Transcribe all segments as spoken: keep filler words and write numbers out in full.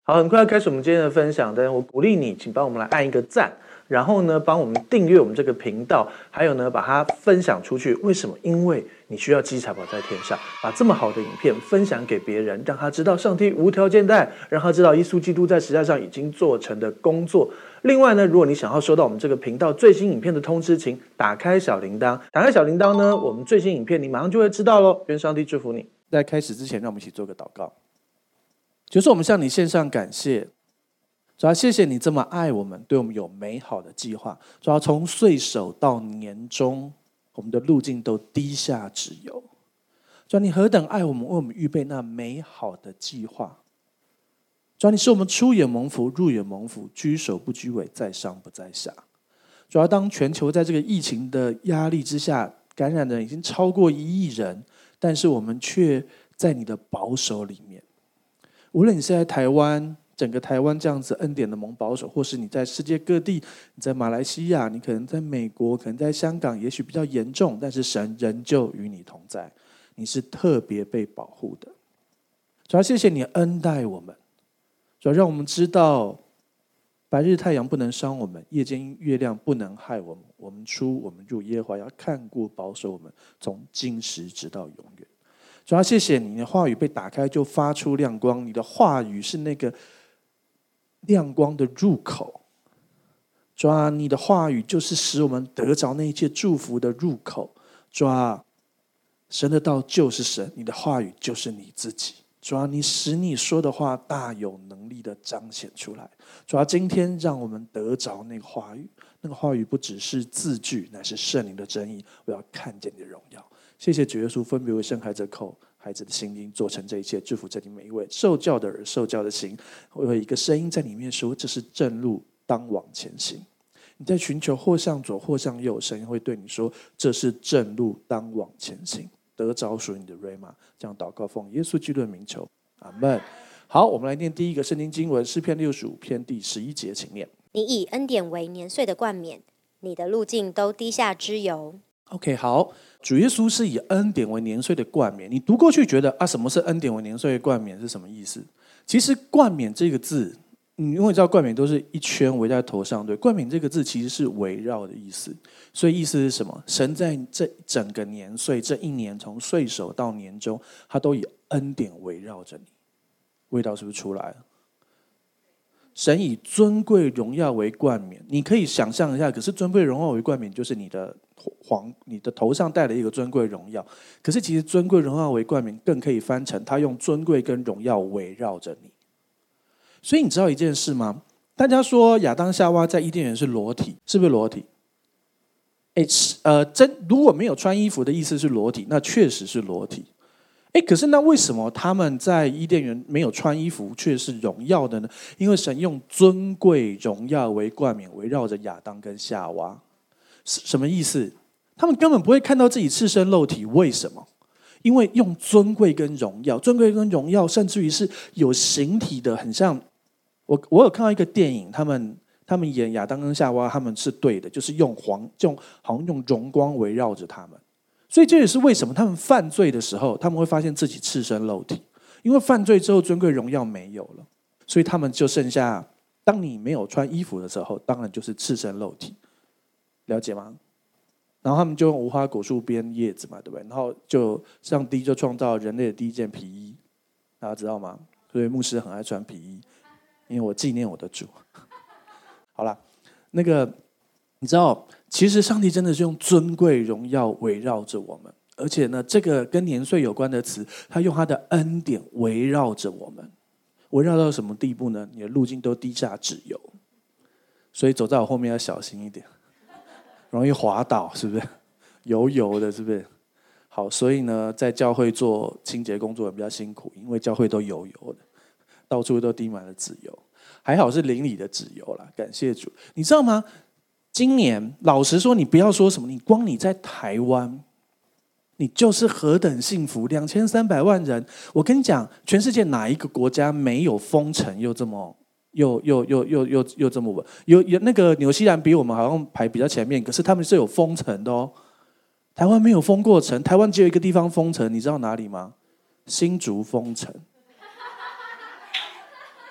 好，很快要开始我们今天的分享，但是我鼓励你，请帮我们来按一个赞，然后呢，帮我们订阅我们这个频道，还有呢，把它分享出去。为什么？因为你需要积财宝在天上，把这么好的影片分享给别人，让他知道上帝无条件的爱，让他知道耶稣基督在十字架上已经做成的工作。另外呢，如果你想要收到我们这个频道最新影片的通知，请打开小铃铛。打开小铃铛呢，我们最新影片你马上就会知道咯。愿上帝祝福你。在开始之前，让我们一起做个祷告。就是我们向你献上感谢，主要谢谢你这么爱我们，对我们有美好的计划。主要从岁首到年终，我们的路径都低下脂油。主要你何等爱我们，为我们预备那美好的计划。主要你使我们出也蒙福，入也蒙福，居首不居尾，在上不在下。主要当全球在这个疫情的压力之下，感染的人已经超过一亿人，但是我们却在你的保守里面。无论你是在台湾，整个台湾这样子恩典的蒙保守，或是你在世界各地，你在马来西亚，你可能在美国，可能在香港，也许比较严重，但是神仍旧与你同在，你是特别被保护的。主要谢谢你恩待我们，主要让我们知道白日太阳不能伤我们，夜间月亮不能害我们，我们出我们入，耶和华要看顾保守我们，从今时直到永远。主要谢谢你，你的话语被打开就发出亮光，你的话语是那个亮光的入口。主啊，你的话语就是使我们得着那一切祝福的入口。主啊，神的道就是神，你的话语就是你自己。主啊，你使你说的话大有能力的彰显出来。主啊，今天让我们得着那个话语，那个话语不只是字句，乃是圣灵的真意。我要看见你的荣耀。谢谢主耶稣分别为生孩子的口，孩子的心灵做成这一切，祝福这里每一位受教的耳，受教的心。会有一个声音在里面说，这是正路，当往前行。你在寻求或向左或向右，神会对你说，这是正路，当往前行。得着属于你的瑞玛。这样祷告奉耶稣基督的名求，阿们。好，我们来念第一个圣经经文，诗篇六十五篇第十一节，请念。 你以恩典为年岁的冠冕，你的路径都滴下脂油。 OK， 好，主耶稣是以恩典为年岁的冠冕。你读过去觉得啊，什么是恩典为年岁的冠冕是什么意思？其实冠冕这个字，你因为知道冠冕都是一圈围在头上，对，冠冕这个字其实是围绕的意思。所以意思是什么？神在这整个年岁，这一年从岁首到年终，他都以恩典围绕着你。味道是不是出来了？神以尊贵荣耀为冠冕，你可以想象一下，可是尊贵荣耀为冠冕就是你的皇，你的头上戴了一个尊贵荣耀。可是其实尊贵荣耀为冠冕更可以翻成他用尊贵跟荣耀围绕着你。所以你知道一件事吗？大家说亚当夏娃在伊甸园是裸体，是不是裸体？诶呃，真如果没有穿衣服的意思是裸体，那确实是裸体。诶可是那为什么他们在伊甸园没有穿衣服却是荣耀的呢？因为神用尊贵荣耀为冠冕围绕着亚当跟夏娃。什么意思？他们根本不会看到自己赤身露体，为什么？因为用尊贵跟荣耀，尊贵跟荣耀甚至于是有形体的，很像我我有看到一个电影，他们他们演亚当跟夏娃，他们是对的，就是用黄用好像用荣光围绕着他们。所以这也是为什么他们犯罪的时候，他们会发现自己赤身露体，因为犯罪之后尊贵荣耀没有了，所以他们就剩下，当你没有穿衣服的时候，当然就是赤身露体，了解吗？然后他们就用无花果树编叶子嘛，对不对？然后就上帝就创造人类的第一件皮衣，大家知道吗？所以牧师很爱穿皮衣，因为我纪念我的主。好啦，那个你知道，其实上帝真的是用尊贵荣耀围绕着我们，而且呢，这个跟年岁有关的词，他用他的恩典围绕着我们，围绕到什么地步呢？你的路径都滴下脂油，所以走在我后面要小心一点。容易滑倒，是不是？油油的，是不是？好，所以呢，在教会做清洁工作也比较辛苦，因为教会都油油的，到处都滴满了脂油。还好是邻里的脂油啦，感谢主。你知道吗？今年老实说，你不要说什么，你光你在台湾，你就是何等幸福，两千三百万人。我跟你讲，全世界哪一个国家没有封城又这么？又又又又又又这么稳，有有那个纽西兰比我们好像排比较前面，可是他们是有封城的哦。台湾没有封过城，台湾只有一个地方封城，你知道哪里吗？新竹封城。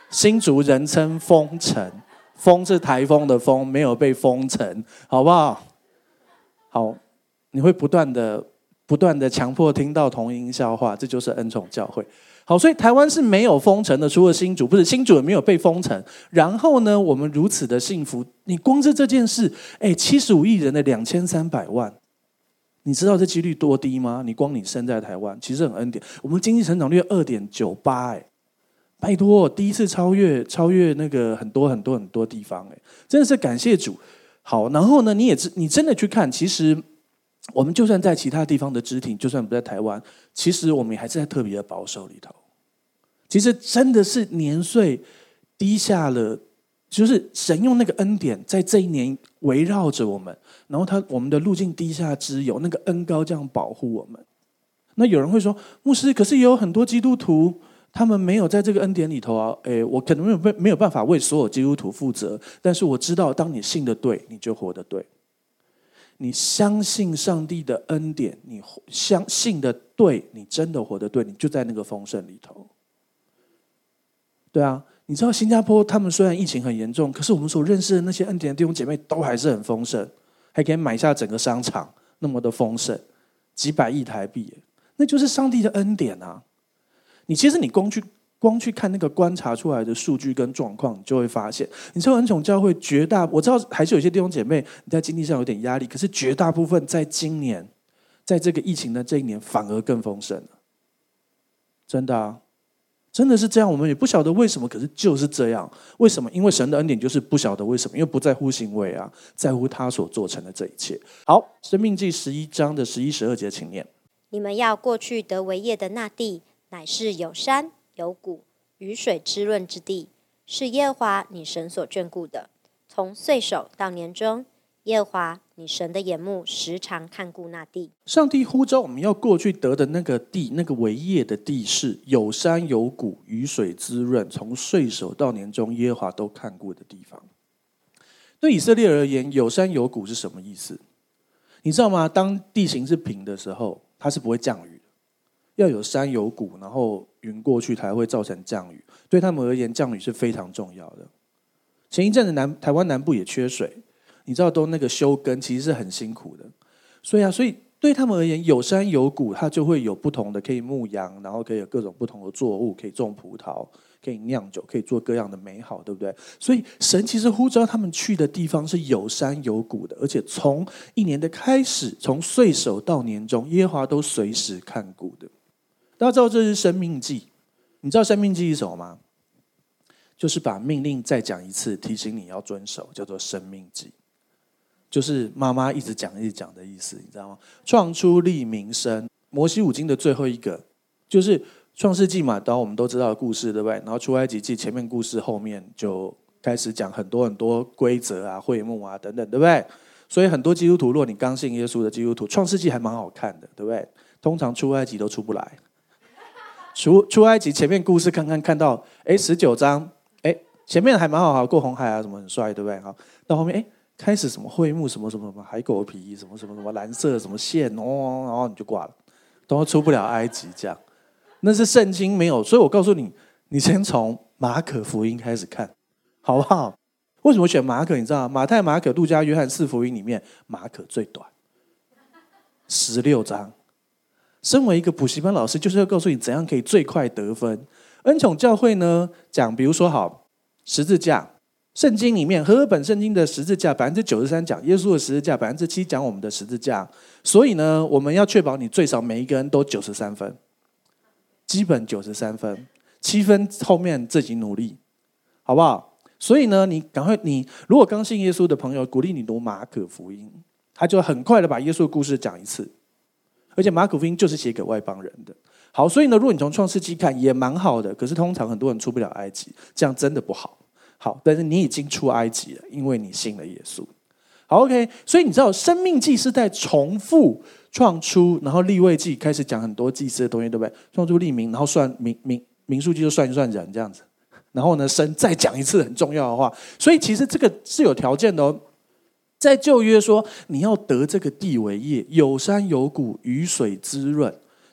新竹人称封城，封是台风的风，没有被封城，好不好？好，你会不断的、不断的强迫听到同音笑话，这就是恩宠教会。好，所以台湾是没有封城的，除了新竹，不是新竹也没有被封城。然后呢，我们如此的幸福，你光是这件事，哎，七十五亿人的两千三百万，你知道这几率多低吗？你光你生在台湾，其实很恩典。我们经济成长率二点九八，哎，拜托，第一次超越超越那个很多很多很多地方，哎，真的是感谢主。好，然后呢，你也你真的去看，其实我们就算在其他地方的支挺，就算不在台湾，其实我们也还是在特别的保守里头。其实真的是年岁低下了，就是神用那个恩典在这一年围绕着我们，然后他我们的路径低下之有那个恩膏这样保护我们。那有人会说，牧师，可是也有很多基督徒他们没有在这个恩典里头啊。诶，我可能没有没有办法为所有基督徒负责，但是我知道，当你信的对，你就活得对。你相信上帝的恩典，你相信的对，你真的活得对，你就在那个丰盛里头。对啊，你知道新加坡他们虽然疫情很严重，可是我们所认识的那些恩典的弟兄姐妹都还是很丰盛，还可以买下整个商场，那么的丰盛，几百亿台币，那就是上帝的恩典啊！你其实你光去光去看那个观察出来的数据跟状况，你就会发现，你知道恩宠教会绝大，我知道还是有些弟兄姐妹你在经济上有点压力，可是绝大部分在今年，在这个疫情的这一年，反而更丰盛了，真的啊！真的是这样，我们也不晓得为什么，可是就是这样。为什么？因为神的恩典就是不晓得为什么，因为不在乎行为啊，在乎他所做成的这一切。好，申命记十一章的十一、十二节，请念： 你们要过去得为业的那地，乃是有山有谷、雨水滋润之地，是耶和华你神所眷顾的。从岁首到年终，耶和华你神的眼目时常看顾那地。 上帝呼召我们要过去得的那个地，那个为业的地是有山有谷、雨水滋润，从岁首到年终，耶和华都看顾的地方。对以色列而言，有山有谷是什么意思？你知道吗？当地形是平的时候，它是不会降雨的。要有山有谷，然后云过去才会造成降雨。对他们而言，降雨是非常重要的。前一阵子南台湾南部也缺水，你知道都那个修耕其实是很辛苦的，所以啊，所以对他们而言，有山有谷，它就会有不同的可以牧羊，然后可以有各种不同的作物，可以种葡萄，可以酿酒，可以做各样的美好，对不对？所以神其实呼召他们去的地方是有山有谷的，而且从一年的开始，从岁首到年终，耶和华都随时看顾的。大家知道这是生命记，你知道生命记是什么吗？就是把命令再讲一次，提醒你要遵守，叫做生命记。就是妈妈一直讲一直讲的意思，你知道吗？创出立民生，摩西五经的最后一个就是创世纪嘛，然后我们都知道的故事，对不对？然后出埃及记前面故事后面就开始讲很多很多规则啊、会幕啊等等，对不对？所以很多基督徒，如果你刚信耶稣的基督徒，创世纪还蛮好看的，对不对？通常出埃及都出不来，出出埃及前面故事看看看到，哎，十九章，哎，前面还蛮好，过红海啊，什么很帅，对不对？好，到后面，哎。开始什么会幕什么什么什么海狗皮什么什么什么蓝色什么线哦，然后你就挂了，都出不了埃及这样。那是圣经没有，所以我告诉你，你先从马可福音开始看，好不好？为什么选马可？你知道吗？马太、马可、路加、约翰四福音里面，马可最短，十六章。身为一个补习班老师，就是要告诉你怎样可以最快得分。恩宠教会呢，讲比如说好十字架。圣经里面，和合本圣经的十字架百分之九十三讲耶稣的十字架，百分之七讲我们的十字架。所以呢，我们要确保你最少每一个人都九十三分，基本九十三分，七分后面自己努力，好不好？所以呢，你赶快，你如果刚信耶稣的朋友，鼓励你读马可福音，他就很快的把耶稣的故事讲一次，而且马可福音就是写给外邦人的。好，所以呢，如果你从创世纪看也蛮好的，可是通常很多人出不了埃及，这样真的不好。好，但是你已经出埃及了，因为你信了耶稣。好 ，OK， 所以你知道生命记是在重复创出，然后利未记开始讲很多祭司的东西，对不对？创出立民，然后算民民民数记就算一算人这样子，然后呢，神再讲一次很重要的话，所以其实这个是有条件的哦。在旧约说你要得这个地为业，有山有谷，雨水滋润，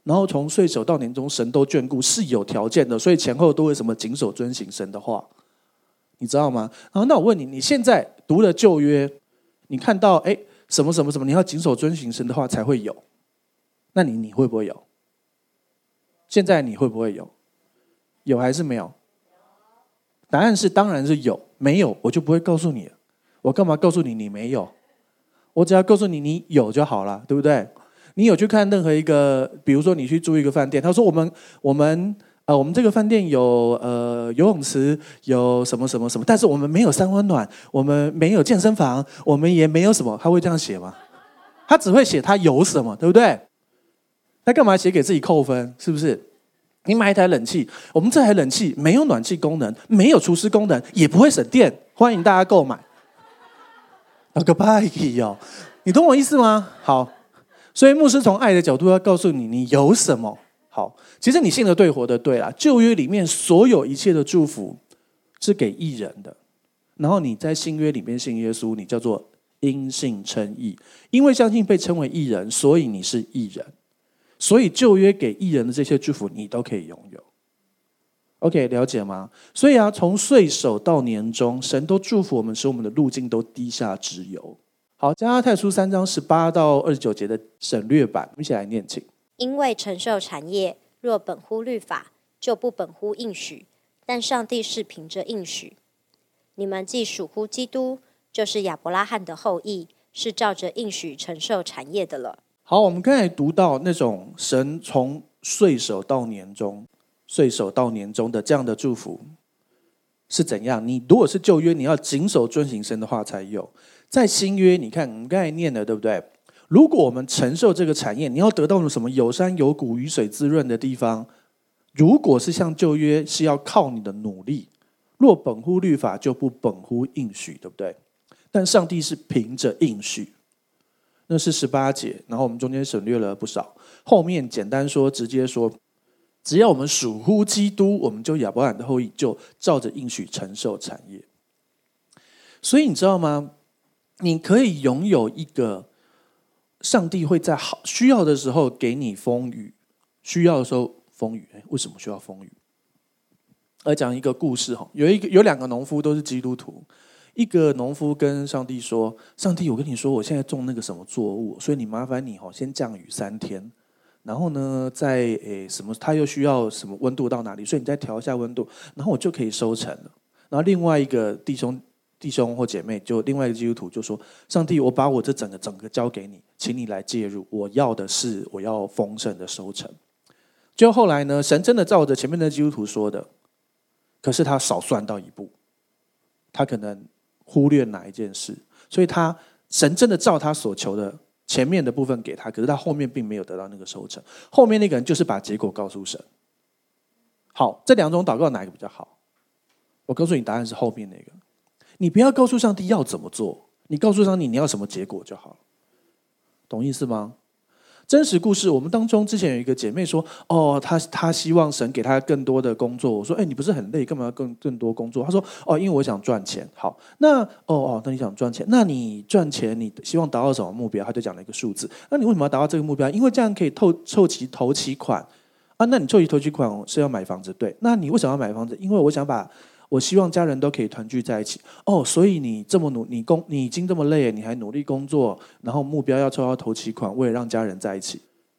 然后从岁首到年终，神都眷顾，是有条件的，所以前后都会什么谨守遵行神的话，你知道吗？然后那我问你，你现在读了旧约，你看到哎什么什么什么，你要谨守遵行神的话才会有，那你你会不会有？现在你会不会有？有还是没有？答案是当然是有，没有我就不会告诉你了。我干嘛告诉你你没有？我只要告诉你你有就好了，对不对？你有去看任何一个，比如说你去住一个饭店，他说我们我们呃我们这个饭店有呃游泳池，有什么什么什么，但是我们没有三温暖，我们没有健身房，我们也没有什么，他会这样写吗？他只会写他有什么，对不对？他干嘛写给自己扣分？是不是？你买一台冷气，我们这台冷气没有暖气功能，没有除湿功能，也不会省电，欢迎大家购买。那个拜哟，你懂我意思吗？好。所以牧师从爱的角度要告诉你，你有什么好。其实你信的对，活的对啦。旧约里面所有一切的祝福是给义人的，然后你在新约里面信耶稣，你叫做因信称义，因为相信被称为义人，所以你是义人。所以旧约给义人的这些祝福，你都可以拥有。OK， 了解吗？所以啊，从岁首到年终，神都祝福我们，使我们的路径都低下之油。好，加拉太书三章十八到二十九节的省略版，我们一起来念，请。 因为承受产业，若本乎律法，就不本乎应许；但上帝是凭着应许。你们既属乎基督，就是亚伯拉罕的后裔，是照着应许承受产业的了。 好，我们刚才读到那种神从岁首到年终、岁首到年终的这样的祝福是怎样？你如果是旧约，你要谨守遵行神的话才有。在新约，你看我们刚才念的，对不对？如果我们承受这个产业，你要得到什么有山有谷、雨水滋润的地方，如果是像旧约，是要靠你的努力。若本乎律法，就不本乎应许，对不对？但上帝是凭着应许，那是十八节，然后我们中间省略了不少。后面简单说，直接说，只要我们属乎基督，我们就亚伯拉罕的后裔，就照着应许承受产业。所以你知道吗？你可以拥有一个上帝会在好需要的时候给你风雨，需要的时候风雨。为什么需要风雨？来讲一个故事，有一个有两个农夫都是基督徒，一个农夫跟上帝说：“上帝，我跟你说，我现在种那个什么作物，所以你麻烦你先降雨三天，然后呢，再诶什么，他又需要什么温度到哪里，所以你再调一下温度，然后我就可以收成了。”然后另外一个弟兄。弟兄或姐妹，就另外一个基督徒就说：“上帝，我把我这整个整个交给你，请你来介入。我要的是我要丰盛的收成。”就后来呢，神真的照着前面的基督徒说的，可是他少算到一步，他可能忽略哪一件事，所以他神真的照他所求的前面的部分给他，可是他后面并没有得到那个收成。后面那个人就是把结果告诉神。好，这两种祷告哪一个比较好？我告诉你，答案是后面那个。你不要告诉上帝要怎么做，你告诉上帝你要什么结果就好了，懂意思吗？真实故事，我们当中之前有一个姐妹说，哦，她她希望神给她更多的工作。我说，哎，你不是很累，干嘛要更更多工作？她说，哦，因为我想赚钱。好，那哦哦，那你想赚钱，那你赚钱，你希望达到什么目标？她就讲了一个数字。那你为什么要达到这个目标？因为这样可以凑凑齐头期款啊。那你凑齐头期款是要买房子，对？那你为什么要买房子？因为我想把。我希望家人都可以团聚在一起哦，所以你这么努，你工你已经这么累，你还努力工作，然后目标要凑到头期款，为了让家人在一起。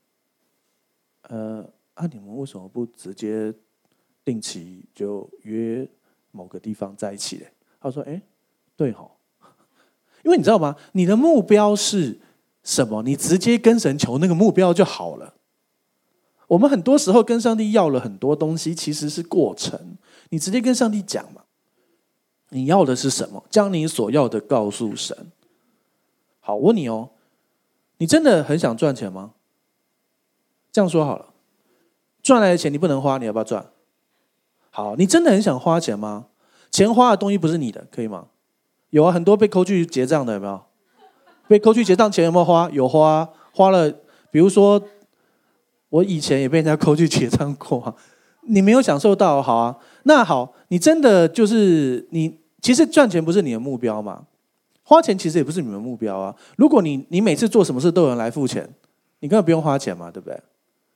呃，啊，你们为什么不直接定期就约某个地方在一起嘞？他说：“哎，对吼，因为你知道吗？你的目标是什么？你直接跟神求那个目标就好了。我们很多时候跟上帝要了很多东西，其实是过程。你直接跟上帝讲嘛，你要的是什么？将你所要的告诉神。好，我问你哦，你真的很想赚钱吗？这样说好了，赚来的钱你不能花，你要不要赚？好，你真的很想花钱吗？钱花的东西不是你的，可以吗？有啊，很多被扣去结账的，有没有？被扣去结账钱有没有花？有花，花了。比如说，我以前也被人家扣去结账过啊。你没有享受到，好啊，那好，你真的就是你，其实赚钱不是你的目标嘛，花钱其实也不是你们的目标啊。如果你你每次做什么事都有人来付钱，你根本不用花钱嘛，对不对？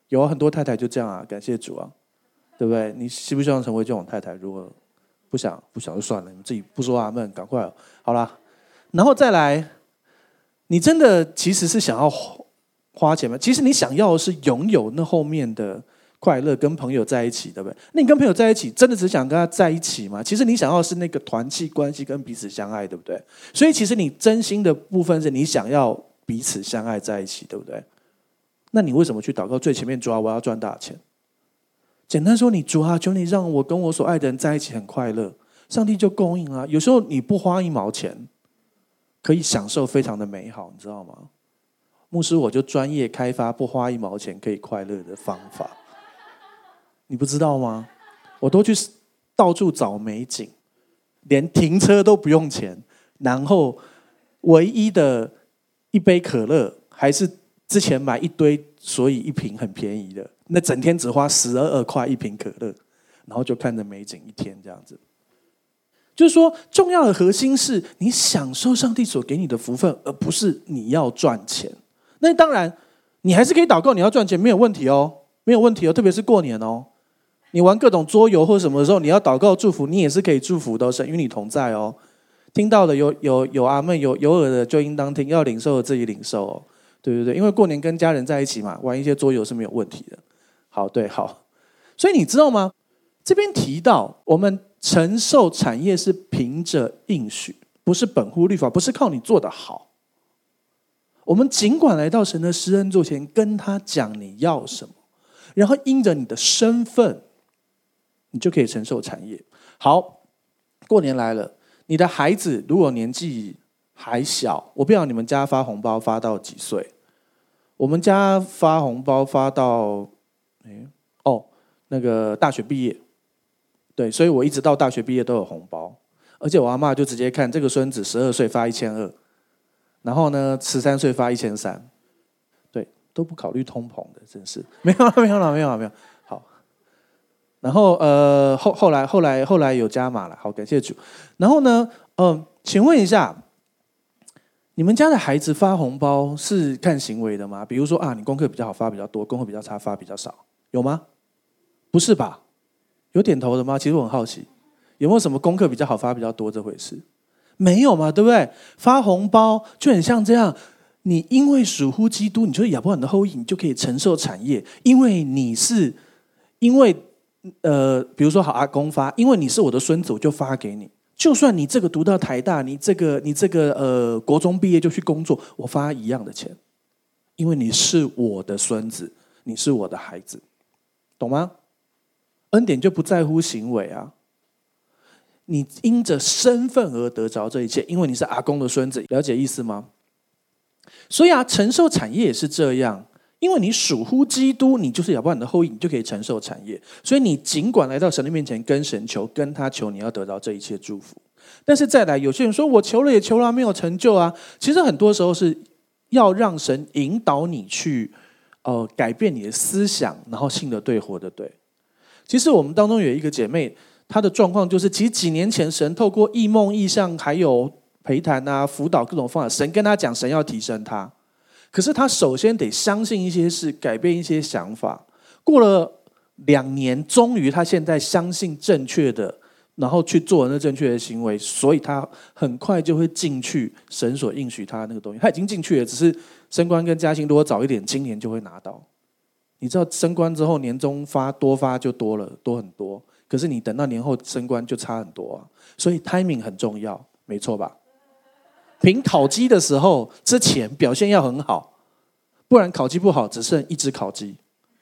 有很多太太就这样啊，感谢主啊，对不对？你希不希望成为这种太太？如果不想，不想就算了，你们自己不说阿们，赶快好啦。然后再来，你真的其实是想要花钱吗？其实你想要的是拥有那后面的快乐，跟朋友在一起，对不对？那你跟朋友在一起，真的只想跟他在一起吗？其实你想要的是那个团契关系跟彼此相爱，对不对？所以其实你真心的部分是你想要彼此相爱在一起，对不对？那你为什么去祷告最前面主啊，我要赚大钱？简单说，你主啊，求你让我跟我所爱的人在一起很快乐，上帝就供应啊。有时候你不花一毛钱，可以享受非常的美好，你知道吗？牧师我就专业开发不花一毛钱可以快乐的方法，你不知道吗？我都去到处找美景，连停车都不用钱，然后唯一的一杯可乐还是之前买一堆，所以一瓶很便宜的，那整天只花十二块一瓶可乐，然后就看着美景一天这样子。就是说，重要的核心是你享受上帝所给你的福分，而不是你要赚钱。那当然，你还是可以祷告，你要赚钱没有问题哦，没有问题哦，特别是过年哦，你玩各种桌游或什么的时候，你要祷告祝福，你也是可以祝福的，神与你同在哦。听到的有有有阿们，有有耳的就应当听，要领受的自己领受哦。对对对，因为过年跟家人在一起嘛，玩一些桌游是没有问题的。好，对，好。所以你知道吗？这边提到我们承受产业是凭着应许，不是本乎律法，不是靠你做得好。我们尽管来到神的施恩座前，跟他讲你要什么，然后因着你的身份，你就可以承受产业。好，过年来了，你的孩子如果年纪还小，我不知道你们家发红包发到几岁？我们家发红包发到，哎，哦，那个大学毕业，对，所以我一直到大学毕业都有红包，而且我阿嬷就直接看这个孙子十二岁发一千二，然后呢十三岁发一千三，对，都不考虑通膨的，真是没有了，没有了，没有了，没有。好，然后呃后后来后来后来有加码了，好，感谢主。然后呢，嗯、呃，请问一下。你们家的孩子发红包是看行为的吗？比如说啊，你功课比较好发比较多，功课比较差发比较少，有吗？不是吧？有点头的吗？其实我很好奇，有没有什么功课比较好发比较多这回事？没有嘛，对不对？发红包就很像这样，你因为属乎基督，你就是亚伯拉罕的后裔，你就可以承受产业，因为你是，因为呃，比如说好阿公发，因为你是我的孙子，我就发给你。就算你这个读到台大，你这个你这个呃国中毕业就去工作，我发一样的钱，因为你是我的孙子，你是我的孩子，懂吗？恩典就不在乎行为啊，你因着身份而得着这一切，因为你是阿公的孙子，了解意思吗？所以啊，承受产业也是这样。因为你属乎基督，你就是亚伯拉罕的后裔，你就可以承受产业。所以你尽管来到神的面前跟神求，跟他求，你要得到这一切祝福。但是再来，有些人说我求了也求了，没有成就啊。其实很多时候是要让神引导你去，呃，改变你的思想，然后信的对，活的对。其实我们当中有一个姐妹，她的状况就是，其实几年前神透过异梦、异象，还有陪谈啊、辅导各种方法，神跟她讲，神要提升她。可是他首先得相信一些事，改变一些想法。过了两年，终于他现在相信正确的，然后去做那正确的行为，所以他很快就会进去神所应许他那个东西。他已经进去了，只是升官跟加薪如果早一点，今年就会拿到。你知道升官之后年终发多发就多了，多很多。可是你等到年后升官就差很多啊，所以 timing 很重要，没错吧？评烤鸡的时候，之前表现要很好，不然烤鸡不好，只剩一只烤鸡，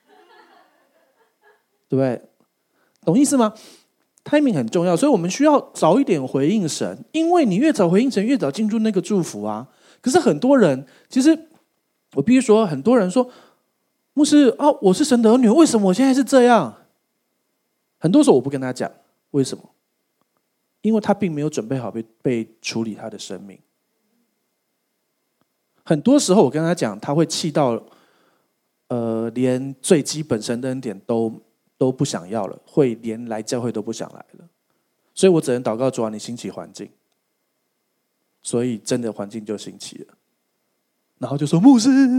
对不对？懂意思吗 ？timing 很重要，所以我们需要早一点回应神，因为你越早回应神，越早进入那个祝福啊。可是很多人，其实我必须说，很多人说，牧师啊，我是神的儿女，为什么我现在是这样？很多时候我不跟他讲为什么，因为他并没有准备好被被处理他的生命。很多时候我跟他讲，他会气到，呃，连最基本神的恩典都都不想要了，会连来教会都不想来了。所以我只能祷告主啊，你兴起环境。所以真的环境就兴起了，然后就说牧师，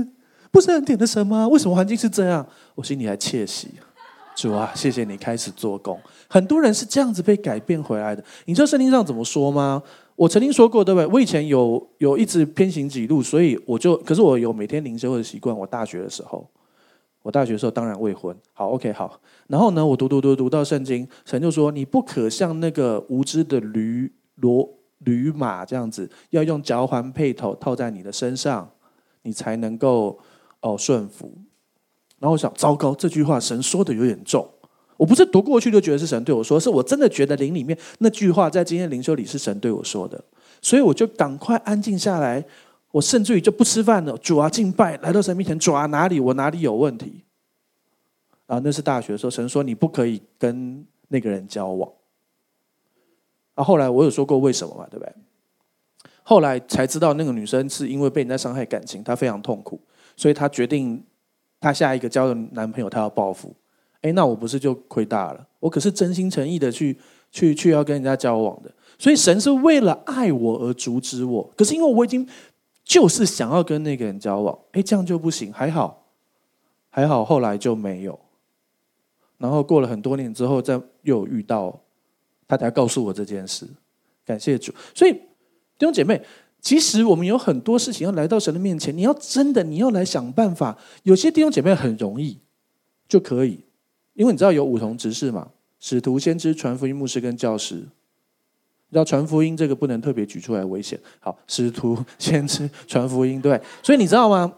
不是恩典的神吗？为什么环境是这样？我心里还窃喜，主啊，谢谢你开始做工。很多人是这样子被改变回来的。你知道圣经上怎么说吗？我曾经说过，对不对？我以前有有一直偏行己路，所以我就，可是我有每天灵修的习惯。我大学的时候，我大学的时候当然未婚。好 ，OK， 好。然后呢，我读读读读到圣经，神就说：你不可像那个无知的驴骡驴马这样子，要用嚼环配头套在你的身上，你才能够哦顺服。然后我想，糟糕，这句话神说的有点重。我不是读过去就觉得是神对我说，是我真的觉得灵里面那句话在今天的灵修里是神对我说的，所以我就赶快安静下来，我甚至于就不吃饭了，主啊敬拜，来到神面前，主啊哪里我哪里有问题。然后那是大学的时候，神说你不可以跟那个人交往。然后后来我有说过为什么嘛，对不对？后来才知道那个女生是因为被人家伤害感情，她非常痛苦，所以她决定她下一个交的男朋友她要报复。哎，那我不是就亏大了？我可是真心诚意的去去去要跟人家交往的，所以神是为了爱我而阻止我。可是因为我已经就是想要跟那个人交往，哎，这样就不行。还好，还好，后来就没有。然后过了很多年之后，再又有遇到，他才告诉我这件事。感谢主。所以弟兄姐妹，其实我们有很多事情要来到神的面前，你要真的你要来想办法。有些弟兄姐妹很容易就可以。因为你知道有五重职事嘛，使徒、先知、传福音、牧师跟教师。你知道传福音这个不能特别举出来，危险。好，使徒、先知、传福音，对。所以你知道吗？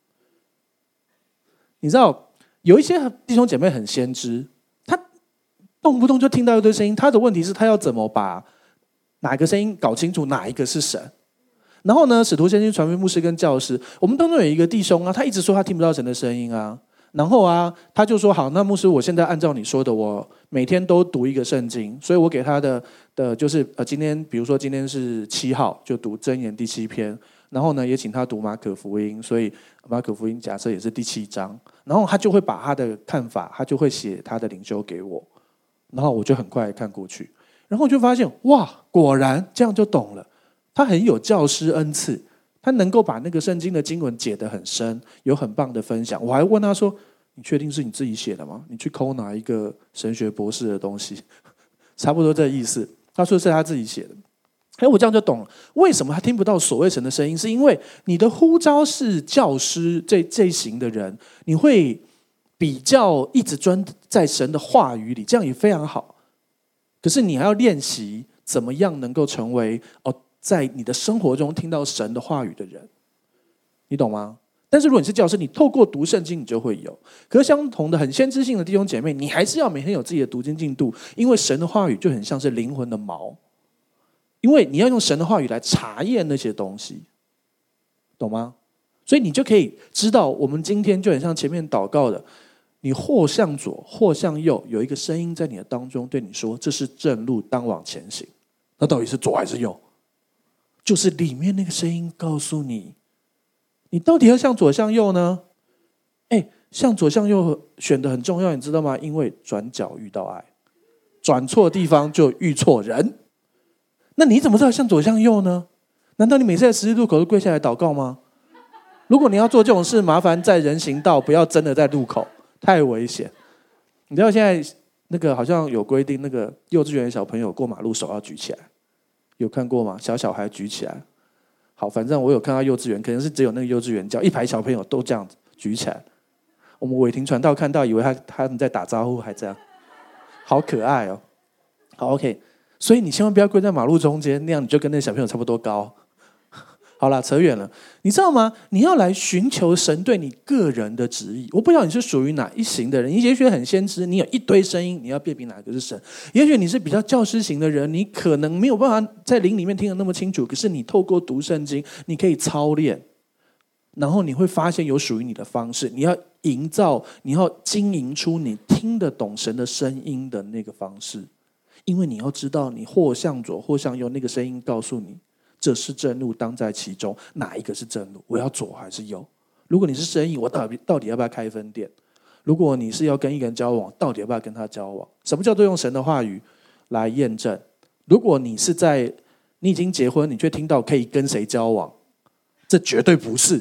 你知道有一些弟兄姐妹很先知，他动不动就听到一堆声音，他的问题是他要怎么把哪个声音搞清楚哪一个是神。然后呢，使徒、先知、传福音、牧师跟教师，我们当中有一个弟兄啊，他一直说他听不到神的声音啊。然后啊，他就说好，那牧师，我现在按照你说的，我每天都读一个圣经，所以我给他的的就是呃，今天比如说今天是七号，就读箴言第七篇，然后呢也请他读马可福音，所以马可福音假设也是第七章，然后他就会把他的看法，他就会写他的灵修给我，然后我就很快看过去，然后我就发现哇，果然这样就懂了，他很有教师恩赐。他能够把那个圣经的经文解得很深，有很棒的分享。我还问他说：“你确定是你自己写的吗？你去抠哪一个神学博士的东西？”差不多这意思。他说是他自己写的。哎，我这样就懂了，为什么他听不到所谓神的声音？是因为你的呼召是教师这这一型的人，你会比较一直专在神的话语里，这样也非常好。可是你还要练习怎么样能够成为哦。在你的生活中听到神的话语的人，你懂吗？但是如果你是教师，你透过读圣经你就会有。可是相同的很先知性的弟兄姐妹，你还是要每天有自己的读经进度，因为神的话语就很像是灵魂的锚，因为你要用神的话语来查验那些东西，懂吗？所以你就可以知道，我们今天就很像前面祷告的，你或向左或向右，有一个声音在你的当中对你说，这是正路，当往前行。那到底是左还是右？就是里面那个声音告诉你，你到底要向左向右呢？哎，向左向右选的很重要，你知道吗？因为转角遇到爱，转错地方就遇错人。那你怎么知道向左向右呢？难道你每次在十字路口都跪下来祷告吗？如果你要做这种事，麻烦在人行道，不要真的在路口，太危险。你知道现在那个好像有规定，那个幼稚园的小朋友过马路手要举起来。有看过吗？小小孩举起来。好，反正我有看到幼稚园，可能是只有那个幼稚园教一排小朋友都这样子举起来。我们伟霆传道看到，以为他他们在打招呼，还这样，好可爱哦。好 ，OK， 所以你千万不要跪在马路中间，那样你就跟那小朋友差不多高。好啦，扯远了。你知道吗？你要来寻求神对你个人的旨意。我不知道你是属于哪一型的人。你也许很先知，你有一堆声音，你要辨别哪个是神。也许你是比较教师型的人，你可能没有办法在灵里面听得那么清楚。可是你透过读圣经，你可以操练，然后你会发现有属于你的方式。你要营造，你要经营出你听得懂神的声音的那个方式。因为你要知道，你或向左或向右，那个声音告诉你。这是正路，当在其中。哪一个是正路？我要左还是右？如果你是生意，我到底到底要不要开分店？如果你是要跟一个人交往，到底要不要跟他交往？什么叫做用神的话语来验证？如果你是在你已经结婚，你却听到可以跟谁交往，这绝对不是。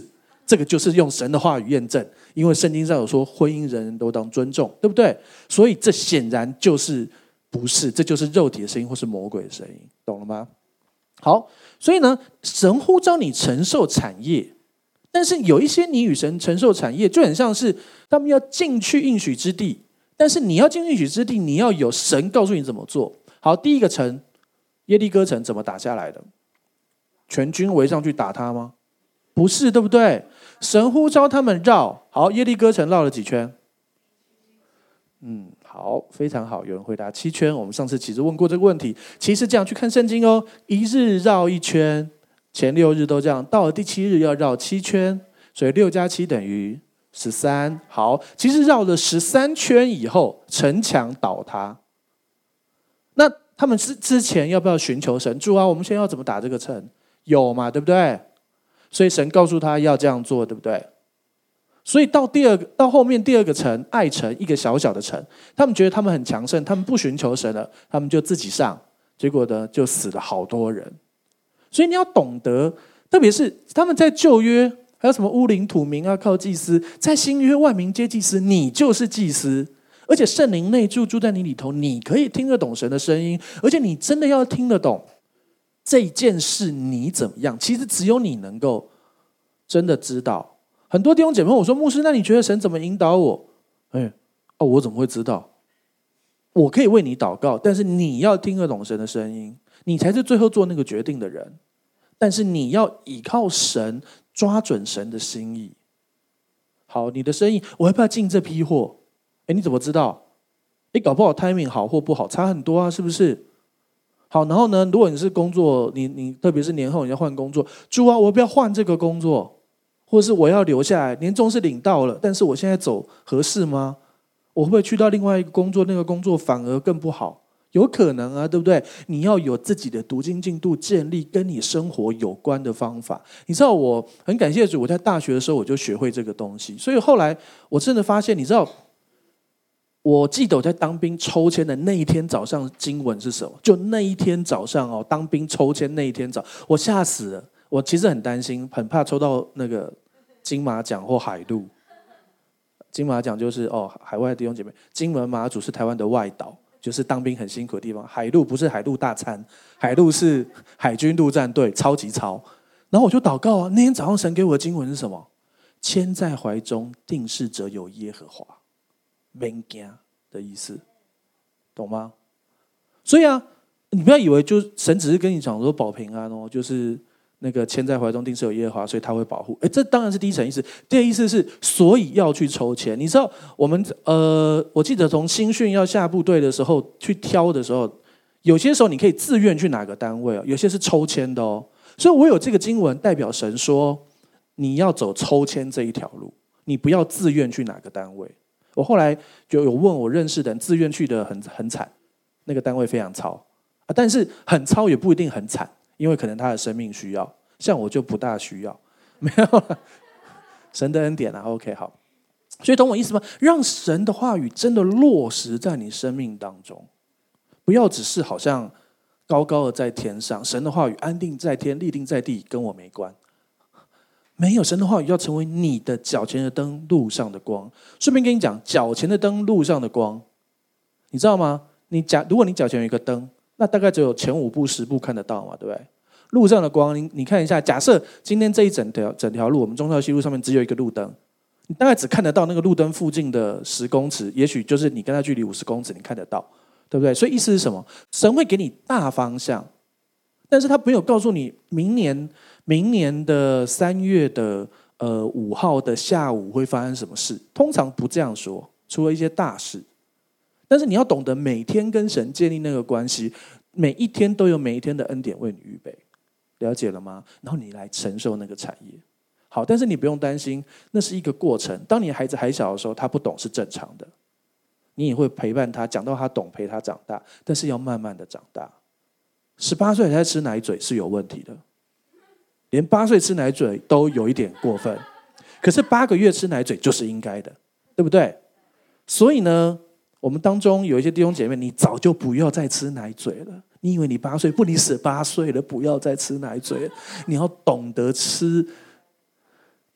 这个就是用神的话语验证，因为圣经上有说婚姻人人都当尊重，对不对？所以这显然就是不是，这就是肉体的声音或是魔鬼的声音，懂了吗？好，所以呢，神呼召你承受产业，但是有一些你与神承受产业就很像是他们要进去应许之地，但是你要进应许之地，你要有神告诉你怎么做。好，第一个城耶利哥城怎么打下来的？全军围上去打他吗？不是，对不对？神呼召他们绕。好，耶利哥城绕了几圈？嗯，好，非常好，有人回答七圈。我们上次其实问过这个问题，其实这样去看圣经哦，一日绕一圈，前六日都这样，到了第七日要绕七圈，所以六加七等于十三。好，其实绕了十三圈以后，城墙倒塌。那他们之之前要不要寻求神？主啊，我们现在要怎么打这个城？有嘛，对不对？所以神告诉他要这样做，对不对？所以到第二个到后面第二个城爱城，一个小小的城，他们觉得他们很强盛，他们不寻求神了，他们就自己上，结果呢就死了好多人。所以你要懂得，特别是他们在旧约还有什么乌灵土民啊，靠祭司；在新约万民皆祭司，你就是祭司。而且圣灵内住，住在你里头，你可以听得懂神的声音，而且你真的要听得懂这件事你怎么样，其实只有你能够真的知道。很多弟兄姐妹问我说，牧师，那你觉得神怎么引导我？哎，哦，我怎么会知道？我可以为你祷告，但是你要听得懂神的声音，你才是最后做那个决定的人。但是你要依靠神，抓准神的心意。好，你的生意，我要不要进这批货？哎，你怎么知道？哎，搞不好 timing 好或不好差很多啊，是不是？好，然后呢，如果你是工作，你你特别是年后你要换工作，主啊，我不要换这个工作，或者是我要留下来，年终是领到了，但是我现在走合适吗？我会不会去到另外一个工作，那个工作反而更不好？有可能啊，对不对？你要有自己的读经进度，建立跟你生活有关的方法。你知道，我很感谢主，我在大学的时候我就学会这个东西，所以后来我真的发现，你知道，我记得我在当兵抽签的那一天早上，经文是什么？就那一天早上哦，当兵抽签那一天早，我吓死了。我其实很担心，很怕抽到那个金马奖或海陆。金马奖就是哦，海外的弟兄姐妹，金门马祖是台湾的外岛，就是当兵很辛苦的地方。海陆不是海陆大餐，海陆是海军陆战队，超级超。然后我就祷告啊，那天早上神给我的经文是什么？牵在怀中定是者有耶和华。免惊的意思，懂吗？所以啊，你不要以为就神只是跟你讲说保平安哦，就是那个牵在怀中定是有耶和华，所以他会保护。哎，这当然是第一层意思。第二意思是，所以要去抽签。你知道，我们呃，我记得从新训要下部队的时候去挑的时候，有些时候你可以自愿去哪个单位哦，有些是抽签的哦。所以我有这个经文代表神说，你要走抽签这一条路，你不要自愿去哪个单位。我后来就有问我认识的人，自愿去的很很惨，那个单位非常操啊，但是很操也不一定很惨，因为可能他的生命需要，像我就不大需要，没有了，神的恩典啊 ，OK 好，所以懂我意思吗？让神的话语真的落实在你生命当中，不要只是好像高高的在天上，神的话语安定在天，立定在地，跟我没关。没有神的话语要成为你的脚前的灯，路上的光。顺便跟你讲，脚前的灯，路上的光，你知道吗？你脚如果你脚前有一个灯，那大概只有前五步、十步看得到嘛，对不对？路上的光，你你看一下，假设今天这一整条整条路，我们忠孝西路上面只有一个路灯，你大概只看得到那个路灯附近的十公尺，也许就是你跟它距离五十公尺，你看得到，对不对？所以意思是什么？神会给你大方向，但是他没有告诉你明年。明年的三月的呃五号的下午会发生什么事？通常不这样说，除了一些大事。但是你要懂得每天跟神建立那个关系，每一天都有每一天的恩典为你预备，了解了吗？然后你来承受那个产业。好，但是你不用担心，那是一个过程。当你孩子还小的时候，他不懂是正常的，你也会陪伴他，讲到他懂，陪他长大。但是要慢慢的长大。十八岁才吃奶嘴是有问题的。连八岁吃奶嘴都有一点过分，可是八个月吃奶嘴就是应该的，对不对？所以呢，我们当中有一些弟兄姐妹，你早就不要再吃奶嘴了。你以为你八岁不，你十八岁了，不要再吃奶嘴了。你要懂得吃。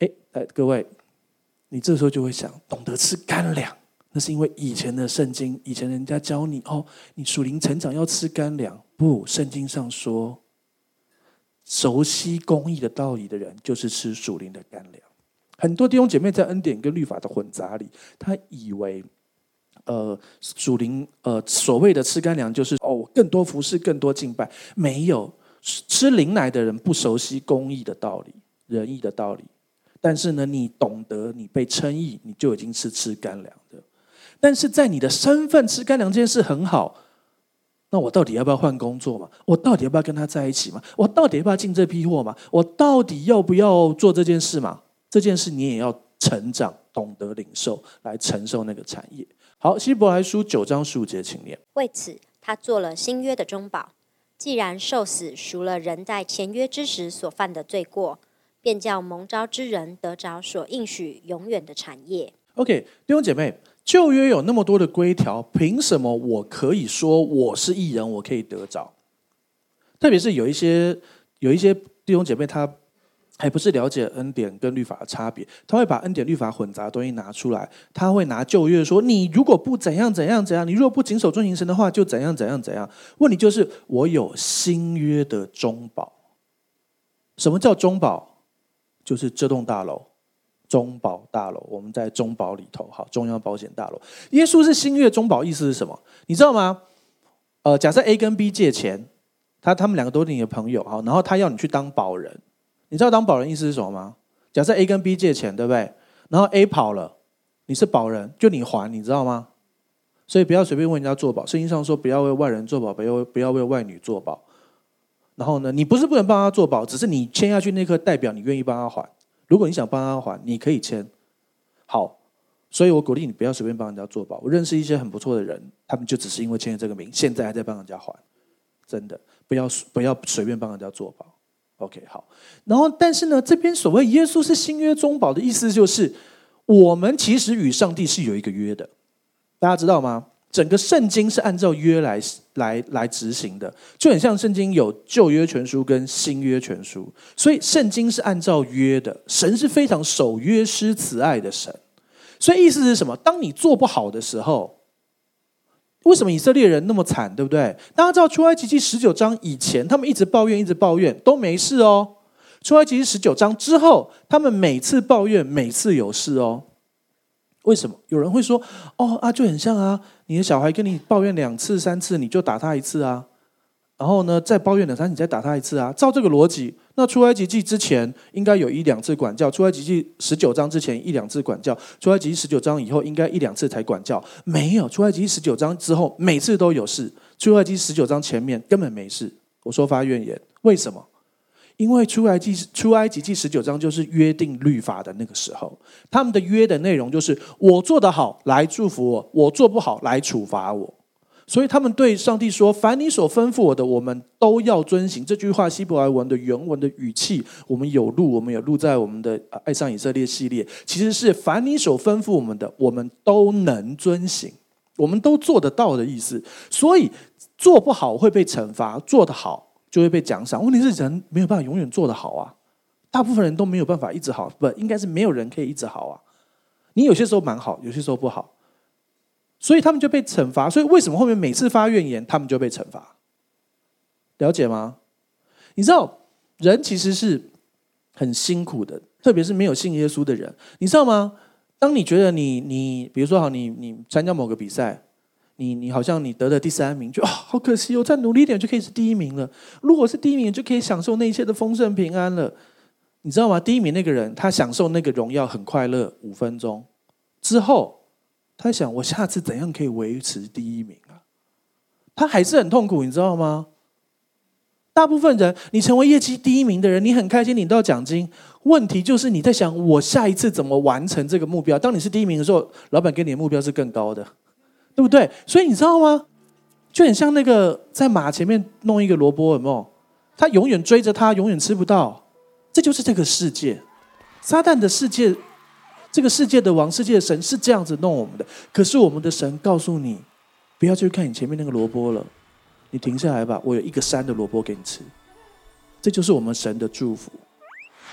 哎哎，各位，你这时候就会想，懂得吃干粮，那是因为以前的圣经，以前人家教你哦，你属灵成长要吃干粮。不，圣经上说，熟悉公义的道理的人，就是吃属灵的干粮。很多弟兄姐妹在恩典跟律法的混杂里，他以为，呃，属灵呃所谓的吃干粮就是哦，更多服侍，更多敬拜。没有，吃灵奶的人不熟悉公义的道理、仁义的道理。但是呢，你懂得，你被称义，你就已经是吃干粮的。但是在你的身份吃干粮这件事很好，那我到底要不要换工作嘛？我到底要不要跟他在一起嘛？我到底要不要进这批货嘛？我到底要不要做这件事嘛？这件事你也要成长，懂得领受，来承受那个产业。好，希伯来书九章十五节，请念。 为此，他做了新约的中保，既然受死赎了人在前约之时所犯的罪过，便叫蒙召之人得着所应许永远的产业。 OK， 弟兄姐妹，旧约有那么多的规条，凭什么我可以说我是义人，我可以得着？特别是有一些有一些弟兄姐妹，他还不是了解恩典跟律法的差别，他会把恩典律法混杂的东西拿出来，他会拿旧约说，你如果不怎样怎样怎样，你如果不谨守遵行神的话，就怎样怎样怎样。问题就是我有新约的中保。什么叫中保？就是这栋大楼，中保大楼，我们在中保里头，好，中央保险大楼。耶稣是新约中保，意思是什么？你知道吗？呃，假设 A 跟 B 借钱，他他们两个都是你的朋友，好，然后他要你去当保人。你知道当保人意思是什么吗？假设 A 跟 B 借钱，对不对？然后 A 跑了，你是保人，就你还，你知道吗？所以不要随便为人家做保。圣经上说，不要为外人做保，不要不要为外女做保。然后呢，你不是不能帮他做保，只是你签下去那刻代表你愿意帮他还。如果你想帮他还，你可以签。好，所以我鼓励你不要随便帮人家做保。我认识一些很不错的人，他们就只是因为签了这个名，现在还在帮人家还。真的，不要不要随便帮人家做保。OK， 好。然后，但是呢，这边所谓耶稣是新约中保的意思，就是我们其实与上帝是有一个约的，大家知道吗？整个圣经是按照约来来来执行的，就很像圣经有旧约全书跟新约全书，所以圣经是按照约的。神是非常守约施慈爱的神，所以意思是什么？当你做不好的时候，为什么以色列人那么惨，对不对？大家知道出埃及记十九章以前，他们一直抱怨，一直抱怨，都没事哦。出埃及记十九章之后，他们每次抱怨，每次有事哦。为什么？有人会说，哦啊，就很像啊，你的小孩跟你抱怨两次、三次，你就打他一次啊。然后呢，再抱怨两三次，你再打他一次啊。照这个逻辑，那出埃及记之前应该有一两次管教，出埃及记十九章之前一两次管教，出埃及记十九章以后应该一两次才管教。没有，出埃及记十九章之后每次都有事，出埃及记十九章前面根本没事。我说发怨言，为什么？因为出埃及出埃及记十九章就是约定律法的那个时候，他们的约的内容就是我做得好来祝福我，我做不好来处罚我。所以他们对上帝说，凡你所吩咐我的，我们都要遵行。这句话希伯来文的原文的语气，我们有录，我们有录在我们的爱上以色列系列，其实是凡你所吩咐我们的，我们都能遵行，我们都做得到的意思。所以做不好会被惩罚，做得好就会被奖赏。问题是人没有办法永远做得好啊，大部分人都没有办法一直好，不，应该是没有人可以一直好啊。你有些时候蛮好，有些时候不好，所以他们就被惩罚。所以为什么后面每次发怨言，他们就被惩罚？了解吗？你知道人其实是很辛苦的，特别是没有信耶稣的人，你知道吗？当你觉得你你比如说好，你你参加某个比赛，你你好像你得了第三名，就、哦、好可惜，我再努力一点就可以是第一名了。如果是第一名，就可以享受那一切的丰盛平安了。你知道吗？第一名那个人，他享受那个荣耀很快乐五分钟之后，他想我下次怎样可以维持第一名啊？他还是很痛苦，你知道吗？大部分人，你成为业绩第一名的人，你很开心领到奖金，问题就是你在想我下一次怎么完成这个目标。当你是第一名的时候，老板给你的目标是更高的，对不对？所以你知道吗？就很像那个在马前面弄一个萝卜，有没有？他永远追着他，永远吃不到。这就是这个世界，撒旦的世界，这个世界的王，世界的神是这样子弄我们的。可是我们的神告诉你，不要去看你前面那个萝卜了，你停下来吧，我有一个山的萝卜给你吃。这就是我们神的祝福。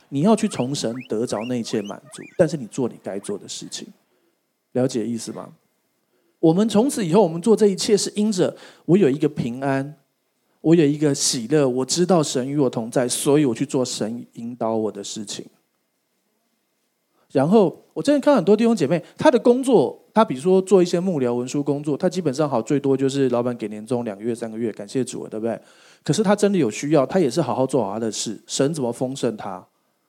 你要去从神得着那一切满足，但是你做你该做的事情，了解意思吗？我们从此以后，我们做这一切是因着我有一个平安，我有一个喜乐，我知道神与我同在，所以我去做神引导我的事情。然后我真的看到很多弟兄姐妹，他的工作，他比如说做一些幕僚文书工作，他基本上好最多就是老板给年终两个月三个月，感谢主了，对不对？可是他真的有需要，他也是好好做好他的事，神怎么丰盛他？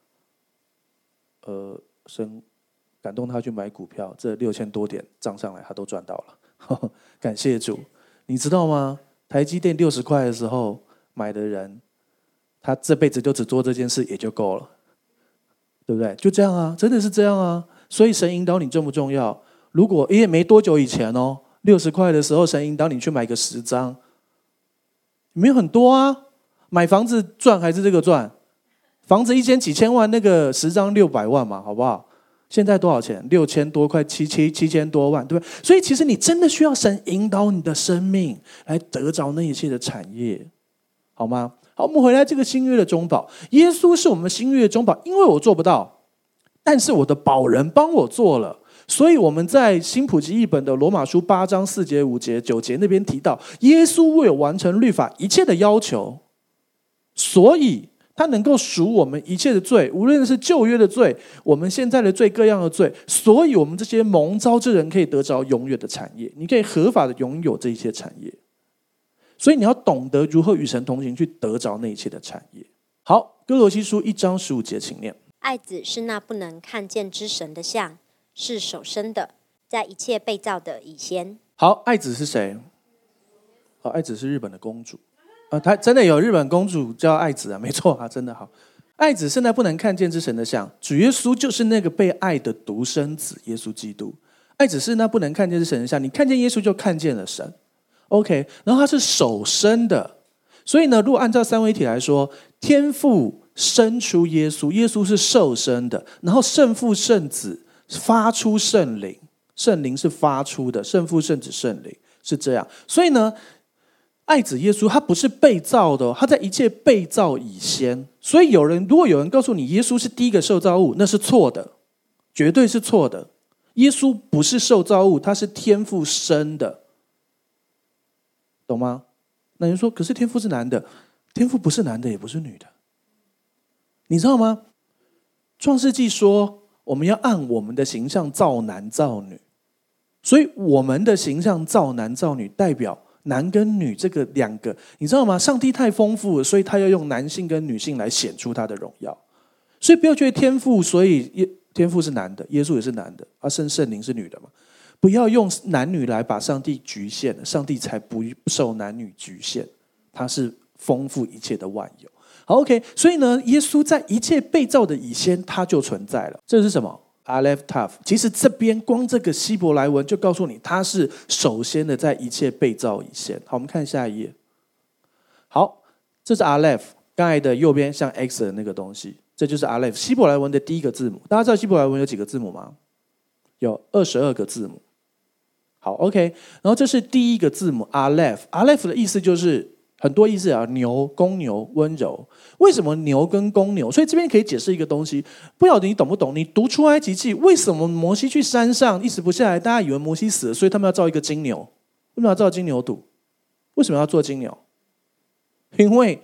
呃，神感动他去买股票，这六千多点涨上来他都赚到了，感谢主。你知道吗？台积电六十块的时候买的人，他这辈子就只做这件事也就够了，对不对？就这样啊，真的是这样啊。所以神引导你重不重要？如果因为没多久以前哦，六十块的时候，神引导你去买个十张，没有很多啊。买房子赚还是这个赚？房子一间几千万，那个十张六百万嘛，好不好？现在多少钱？六千多块，七七七千多万，对不对？所以其实你真的需要神引导你的生命，来得着那一切的产业，好吗？好，我们回来这个新约的中保，耶稣是我们新约的中保，因为我做不到，但是我的保人帮我做了。所以我们在新普及译本的罗马书八章四节五节九节那边提到，耶稣为有完成律法一切的要求，所以他能够赎我们一切的罪，无论是旧约的罪，我们现在的罪，各样的罪，所以我们这些蒙召之人可以得着永远的产业，你可以合法的拥有这些产业。所以你要懂得如何与神同行，去得着那一切的产业。好，哥罗西书一章十五节，请念。 爱子是那不能看见之神的像，是首生的，在一切被造的以先。 好，爱子是谁？好，爱子是日本的公主。啊，他真的有日本公主叫爱子啊，没错啊，真的好。爱子是那不能看见之神的像，主耶稣就是那个被爱的独生子，耶稣基督。爱子是那不能看见之神的像，你看见耶稣就看见了神。OK， 然后他是首生的，所以呢，如果按照三位一体来说，天父生出耶稣，耶稣是受生的，然后圣父圣子发出圣灵，圣灵是发出的，圣父圣子圣灵是这样。所以呢，爱子耶稣他不是被造的，他在一切被造以先。所以有人如果有人告诉你耶稣是第一个受造物，那是错的，绝对是错的。耶稣不是受造物，他是天父生的，懂吗？那你说可是天父是男的，天父不是男的也不是女的，你知道吗？创世纪说我们要按我们的形象造男造女，所以我们的形象造男造女代表男跟女这个两个，你知道吗？上帝太丰富了，所以他要用男性跟女性来显出他的荣耀。所以不要觉得天父，所以天父是男的，耶稣也是男的，啊，圣圣灵是女的嘛。不要用男女来把上帝局限，上帝才不受男女局限，他是丰富一切的万有。好 ，OK， 所以呢，耶稣在一切被造的以先，他就存在了。这是什么 ？Aleph Tav。其实这边光这个希伯来文就告诉你，他是首先的在一切被造以先。好，我们看下一页。好，这是 Aleph， 刚才的右边像 X 的那个东西，这就是 Aleph， 希伯来文的第一个字母。大家知道希伯来文有几个字母吗？有二十二个字母。好 ，OK， 然后这是第一个字母 Aleph，Aleph 的意思就是很多意思啊，牛、公牛、温柔。为什么牛跟公牛？所以这边可以解释一个东西，不晓得你懂不懂？你读出埃及记，为什么摩西去山上一直不下来？大家以为摩西死了，所以他们要造一个金牛。为什么要造金牛犊？为什么要做金牛？因为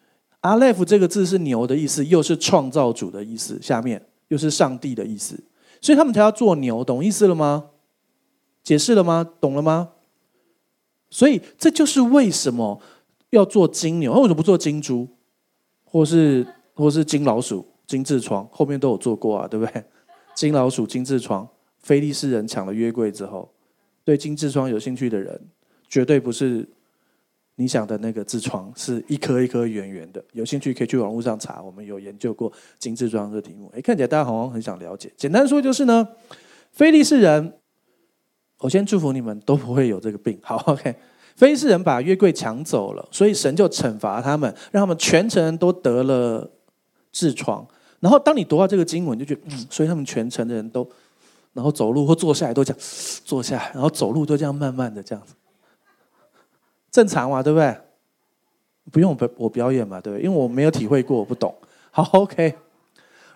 Aleph 这个字是牛的意思，又是创造主的意思，下面又是上帝的意思，所以他们才要做牛，懂意思了吗？解释了吗？懂了吗？所以这就是为什么要做金牛，为什么不做金猪，或是或是金老鼠、金痔疮？后面都有做过啊，对不对？金老鼠、金痔疮，非利士人抢了约柜之后，对金痔疮有兴趣的人，绝对不是你想的那个痔疮，是一颗一颗圆圆的。有兴趣可以去网络上查，我们有研究过金痔疮这个题目。哎，看起来大家好像很想了解。简单说就是呢，非利士人。我先祝福你们都不会有这个病。好 ，OK。非利士人把约柜抢走了，所以神就惩罚他们，让他们全城人都得了痔疮。然后当你读到这个经文，就觉得嗯，所以他们全城的人都，然后走路或坐下来都这样坐下来，然后走路都这样慢慢的这样子，正常嘛，对不对？不用我表演嘛，对不对？因为我没有体会过，我不懂。好 ，OK。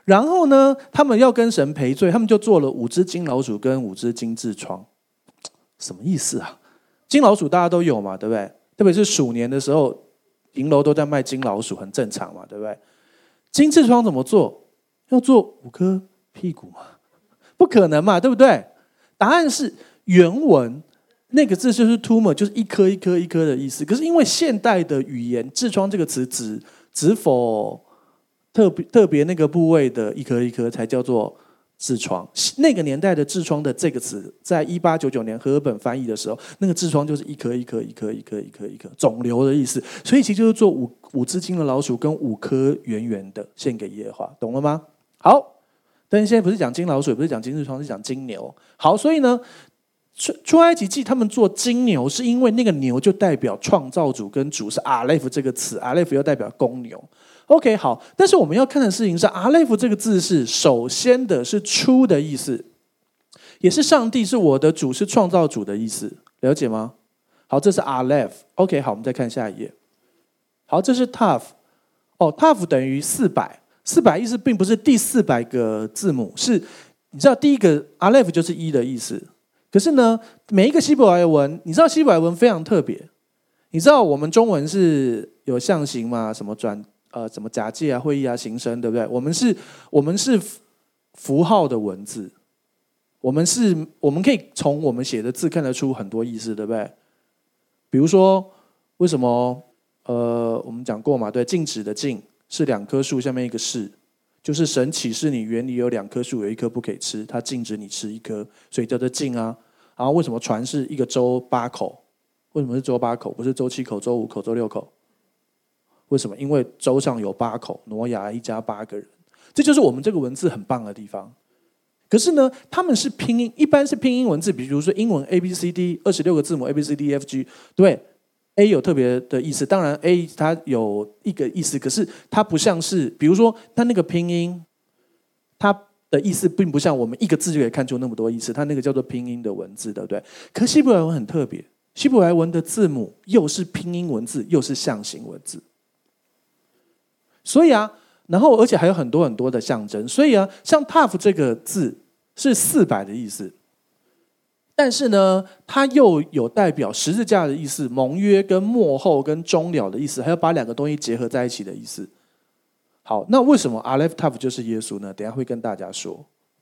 然后呢，他们要跟神赔罪，他们就做了五只金老鼠跟五只金痔疮。什么意思啊？金老鼠大家都有嘛，对不对？特别是鼠年的时候，银楼都在卖金老鼠，很正常嘛，对不对？金痔疮怎么做？要做五颗屁股嘛？不可能嘛，对不对？答案是原文那个字就是 tumor， 就是一颗一颗一颗的意思。可是因为现代的语言，痔疮这个词只只否特别特别那个部位的一颗一颗才叫做痔疮。那个年代的痔疮的这个词，在一八九九年和尔本翻译的时候，那个痔疮就是一颗一颗一颗一颗一颗一颗肿瘤的意思。所以其实就是做五五只金的老鼠跟五颗圆圆的献给耶和华，懂了吗？好。但是现在不是讲金老鼠，也不是讲金痔疮，是讲金牛。好，所以呢，出出埃及记他们做金牛，是因为那个牛就代表创造主跟主是阿雷夫这个词，阿雷夫又代表公牛。OK， 好，但是我们要看的事情是，阿雷夫这个字是首先的是出的意思，也是上帝是我的主，是创造主的意思，了解吗？好，这是阿雷夫。OK， 好，我们再看下一页。好，这是 Tav。哦 ，Tav 等于四百。四百意思并不是第四百个字母，是你知道第一个 Aleph 就是一的意思。可是呢，每一个希伯来文，你知道希伯来文非常特别。你知道我们中文是有象形嘛？什么转呃什么假借啊、会意啊、形声，对不对？我们是我们是符号的文字，我们是我们可以从我们写的字看得出很多意思，对不对？比如说为什么呃我们讲过嘛？对，禁止的禁。是两棵树下面一个是，就是神启示你园里有两棵树，有一棵不可以吃，他禁止你吃一颗，所以叫做禁啊。然后为什么船是一个舟八口？为什么是舟八口？不是舟七口、舟五口、舟六口？为什么？因为舟上有八口，挪亚一家八个人。这就是我们这个文字很棒的地方。可是呢，他们是拼音，一般是拼音文字，比如说英文 A B C D 二十六个字母 A B C D E F G， 对。A 有特别的意思，当然 A 它有一个意思，可是它不像是，比如说它那个拼音，它的意思并不像我们一个字就可以看出那么多意思，它那个叫做拼音的文字，对不对？可希伯来文很特别，希伯来文的字母又是拼音文字，又是象形文字，所以啊，然后而且还有很多很多的象征，所以啊，像 Tav 这个字是四百的意思。但是呢，它又有代表十字架的意思，盟约跟末后跟终了的意思，还要把两个东西结合在一起的意思。好，那为什么 Aleph Tav 就是耶稣呢？等一下会跟大家说。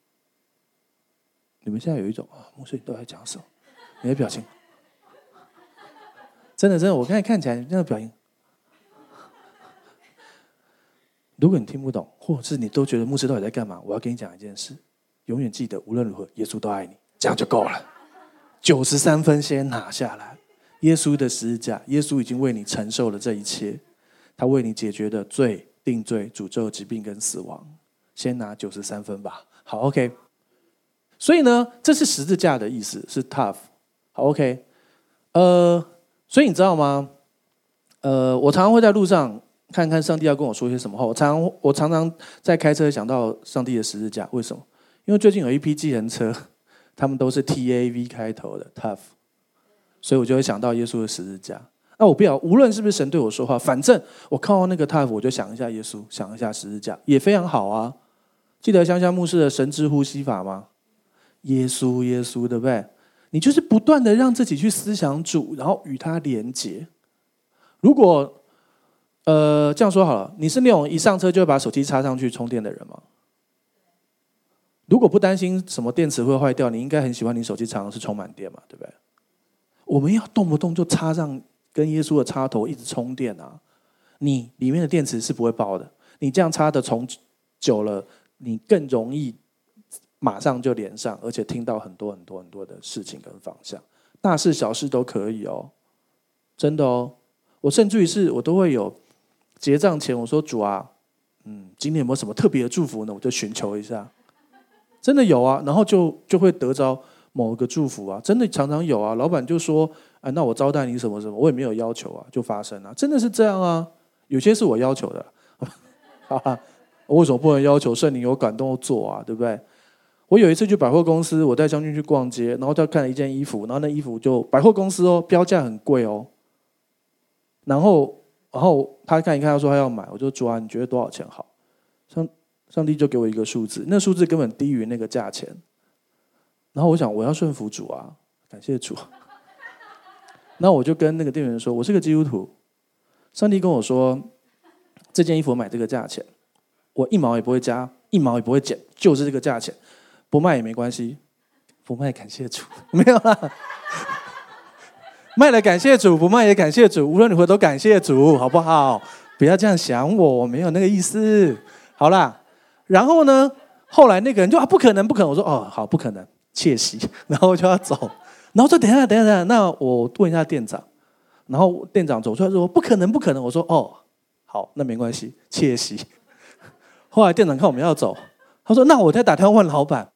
你们现在有一种啊，牧师都在讲什么？你的表情，真的真的，我刚才看起来那个表情，如果你听不懂，或者是你都觉得牧师到底在干嘛，我要跟你讲一件事：永远记得，无论如何，耶稣都爱你，这样就够了。九十三分先拿下来，耶稣的十字架，耶稣已经为你承受了这一切，他为你解决的罪、定罪、诅咒、疾病跟死亡，先拿九十三分吧。好 ，OK。所以呢，这是十字架的意思，是 Tav。好 ，OK。呃，所以你知道吗？呃，我常常会在路上看看上帝要跟我说些什么话。我常常我常常在开车想到上帝的十字架，为什么？因为最近有一批计程车。他们都是 T A V 开头的 Tav， 所以我就会想到耶稣的十字架。那我不要，无论是不是神对我说话，反正我看到那个 Tav， 我就想一下耶稣，想一下十字架，也非常好啊。记得香香牧师的神之呼吸法吗？耶稣，耶稣，对不对？你就是不断的让自己去思想主，然后与他连结。如果呃这样说好了，你是那种一上车就会把手机插上去充电的人吗？如果不担心什么电池会坏掉，你应该很喜欢你手机常常是充满电嘛，对不对？我们要动不动就插上跟耶稣的插头一直充电啊，你里面的电池是不会爆的。你这样插的从久了，你更容易马上就连上，而且听到很多很多很多的事情跟方向，大事小事都可以哦，真的哦。我甚至于是我都会有结账前我说主啊，嗯，今天有没有什么特别的祝福呢？我就寻求一下。真的有啊，然后就就会得着某个祝福啊，真的常常有啊。老板就说：“哎，那我招待你什么什么，我也没有要求啊，就发生啊，真的是这样啊。有些是我要求的，哈哈，我为什么不能要求圣灵有感动做啊？对不对？我有一次去百货公司，我带将军去逛街，然后他看了一件衣服，然后那衣服就百货公司哦，标价很贵哦。然后，然后他看一看，他说他要买，我就说主啊，你觉得多少钱好？像上帝就给我一个数字，那数字根本低于那个价钱。然后我想我要顺服主啊，感谢主。然后我就跟那个店员说，我是个基督徒，上帝跟我说这件衣服我买这个价钱，我一毛也不会加，一毛也不会减，就是这个价钱，不卖也没关系，不卖感谢主。没有啦，卖了感谢主，不卖也感谢主，无论如何都感谢主，好不好？不要这样想我，我没有那个意思。好啦，然后呢，后来那个人就啊不可能不可能，我说哦好不可能，窃喜，然后我就要走，然后说等一下等一下等一下，那我问一下店长，然后店长走出来说不可能不可能，我说哦好，那没关系，窃喜。后来店长看我们要走，他说那我再打电话问老板。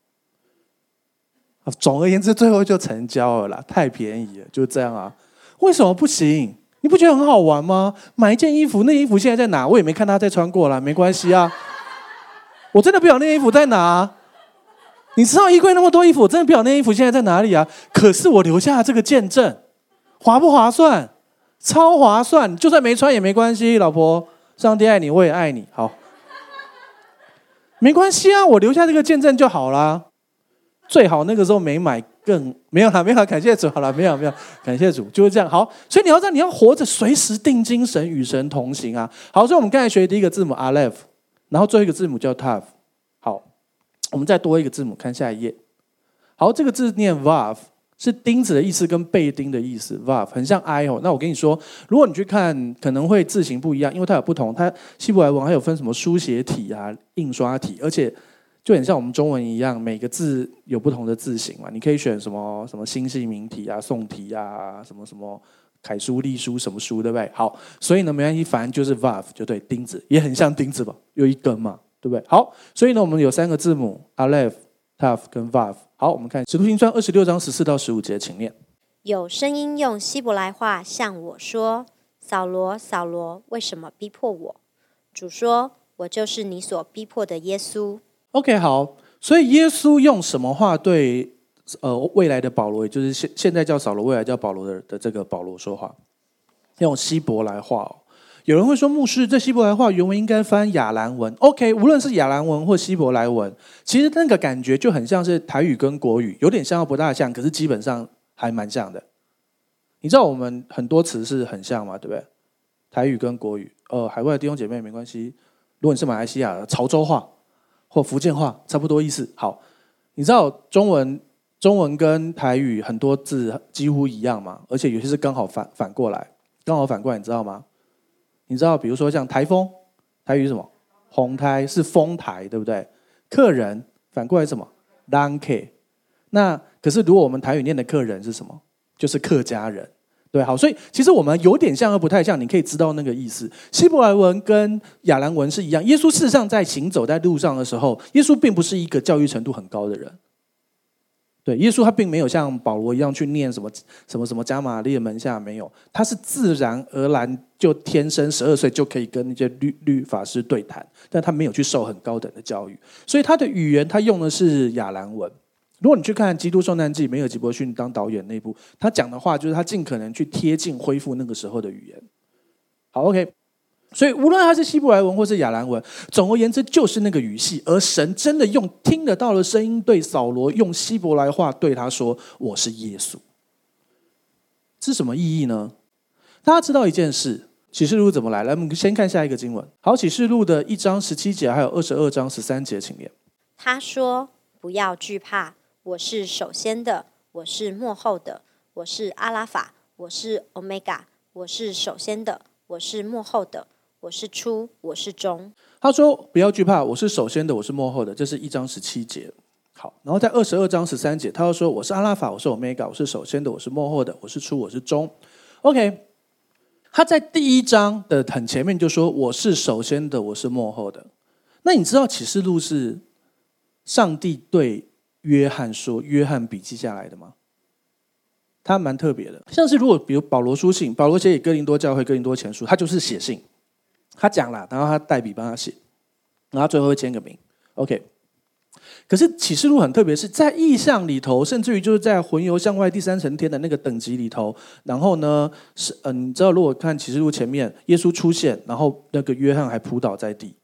总而言之，最后就成交了啦，太便宜了，就这样啊。为什么不行？你不觉得很好玩吗？买一件衣服，那衣服现在在哪？我也没看他再穿过啦，没关系啊。我真的不晓得那衣服在哪。你知道衣柜那么多衣服，我真的不晓得那衣服现在在哪里啊。可是我留下这个见证，划不划算？超划算，就算没穿也没关系。老婆，上帝爱你，我也爱你，好，没关系啊，我留下这个见证就好啦。最好那个时候没买更没有啦，没有啦，感谢主，好了，没有没有，感谢主，就是这样。好，所以你要知道，你要活着，随时定睛神，与神同行啊。好，所以我们刚才学的第一个字母 Aleph， 然后最后一个字母叫 Tav。好，我们再多一个字母，看下一页。好，这个字念 Vav， 是钉子的意思，跟被钉的意思。Vav 很像 I 哦。那我跟你说，如果你去看，可能会字形不一样，因为它有不同。它希伯来文还有分什么书写体啊、印刷体，而且就很像我们中文一样，每个字有不同的字形嘛。你可以选什么什么新细明体啊、宋体啊、什么什么楷书、隶书什么书，对不对？好，所以呢没关系，反正就是 Vav 就对，钉子也很像钉子吧，有一根嘛，对不对？好，所以呢我们有三个字母 Aleph、Tav 跟 Vav。好，我们看《使徒行传》二十六章十四到十五节，请念。 有声音用希伯来话向我说：“扫罗，扫罗，为什么逼迫我？”主说：“我就是你所逼迫的耶稣。” OK， 好，所以耶稣用什么话对呃未来的保罗，也就是现现在叫扫罗，未来叫保罗 的, 的这个保罗说话？用希伯来话哦。有人会说，牧师，这希伯来话原文应该翻亚兰文。OK， 无论是亚兰文或希伯来文，其实那个感觉就很像是台语跟国语，有点像又不大像，可是基本上还蛮像的。你知道我们很多词是很像嘛，对不对？台语跟国语，呃，海外的弟兄姐妹没关系。如果你是马来西亚的潮州话或福建话，差不多意思。好，你知道中文中文跟台语很多字几乎一样嘛，而且有些是刚好反反过来，刚好反过来，你知道吗？你知道，比如说像台风，台语是什么？红台是风台，对不对？客人反过来是什么？人客。那可是如果我们台语念的客人是什么？就是客家人。对，好，所以其实我们有点像而不太像，你可以知道那个意思。希伯来文跟亚兰文是一样。耶稣事实上在行走在路上的时候，耶稣并不是一个教育程度很高的人。对，耶稣他并没有像保罗一样去念什么什么什么加玛列门下，没有，他是自然而然就天生十二岁就可以跟那些律律法师对谈，但他没有去受很高等的教育，所以他的语言他用的是亚兰文。如果你去看《基督受难记》，梅尔吉伯逊当导演那部，他讲的话就是他尽可能去贴近恢复那个时候的语言。好 ，OK。所以无论他是希伯来文或是亚兰文，总而言之就是那个语系。而神真的用听得到的声音对扫罗用希伯来话对他说：“我是耶稣。”这是什么意义呢？大家知道一件事，启示录怎么来？来，我们先看下一个经文。好，启示录的一章十七节，还有二十二章十三节，请念。 他说：“不要惧怕，我是首先的，我是末后的，我是阿拉法，我是 Omega， 我是首先的，我是末后的。”我是初，我是终。 他说：“不要惧怕，我是首先的，我是末后的。”这是一章十七节。好，然后在二十二章十三节，他又说：“我是阿拉法，我是 Omega， 我是首先的，我是末后的，我是初，我是终。” OK， 他在第一章的很前面就说：“我是首先的，我是末后的。”那你知道启示录是上帝对约翰说，约翰笔记下来的吗？他蛮特别的，像是如果比如保罗书信，保罗写给哥林多教会、哥林多前书，他就是写信。他讲了，然后他代笔帮他写，然后最后会签个名 ，OK。可是启示录很特别，是在意象里头，甚至于就是在魂游向外第三层天的那个等级里头，然后呢，是嗯、呃，你知道，如果看启示录前面，耶稣出现，然后那个约翰还扑倒在地，然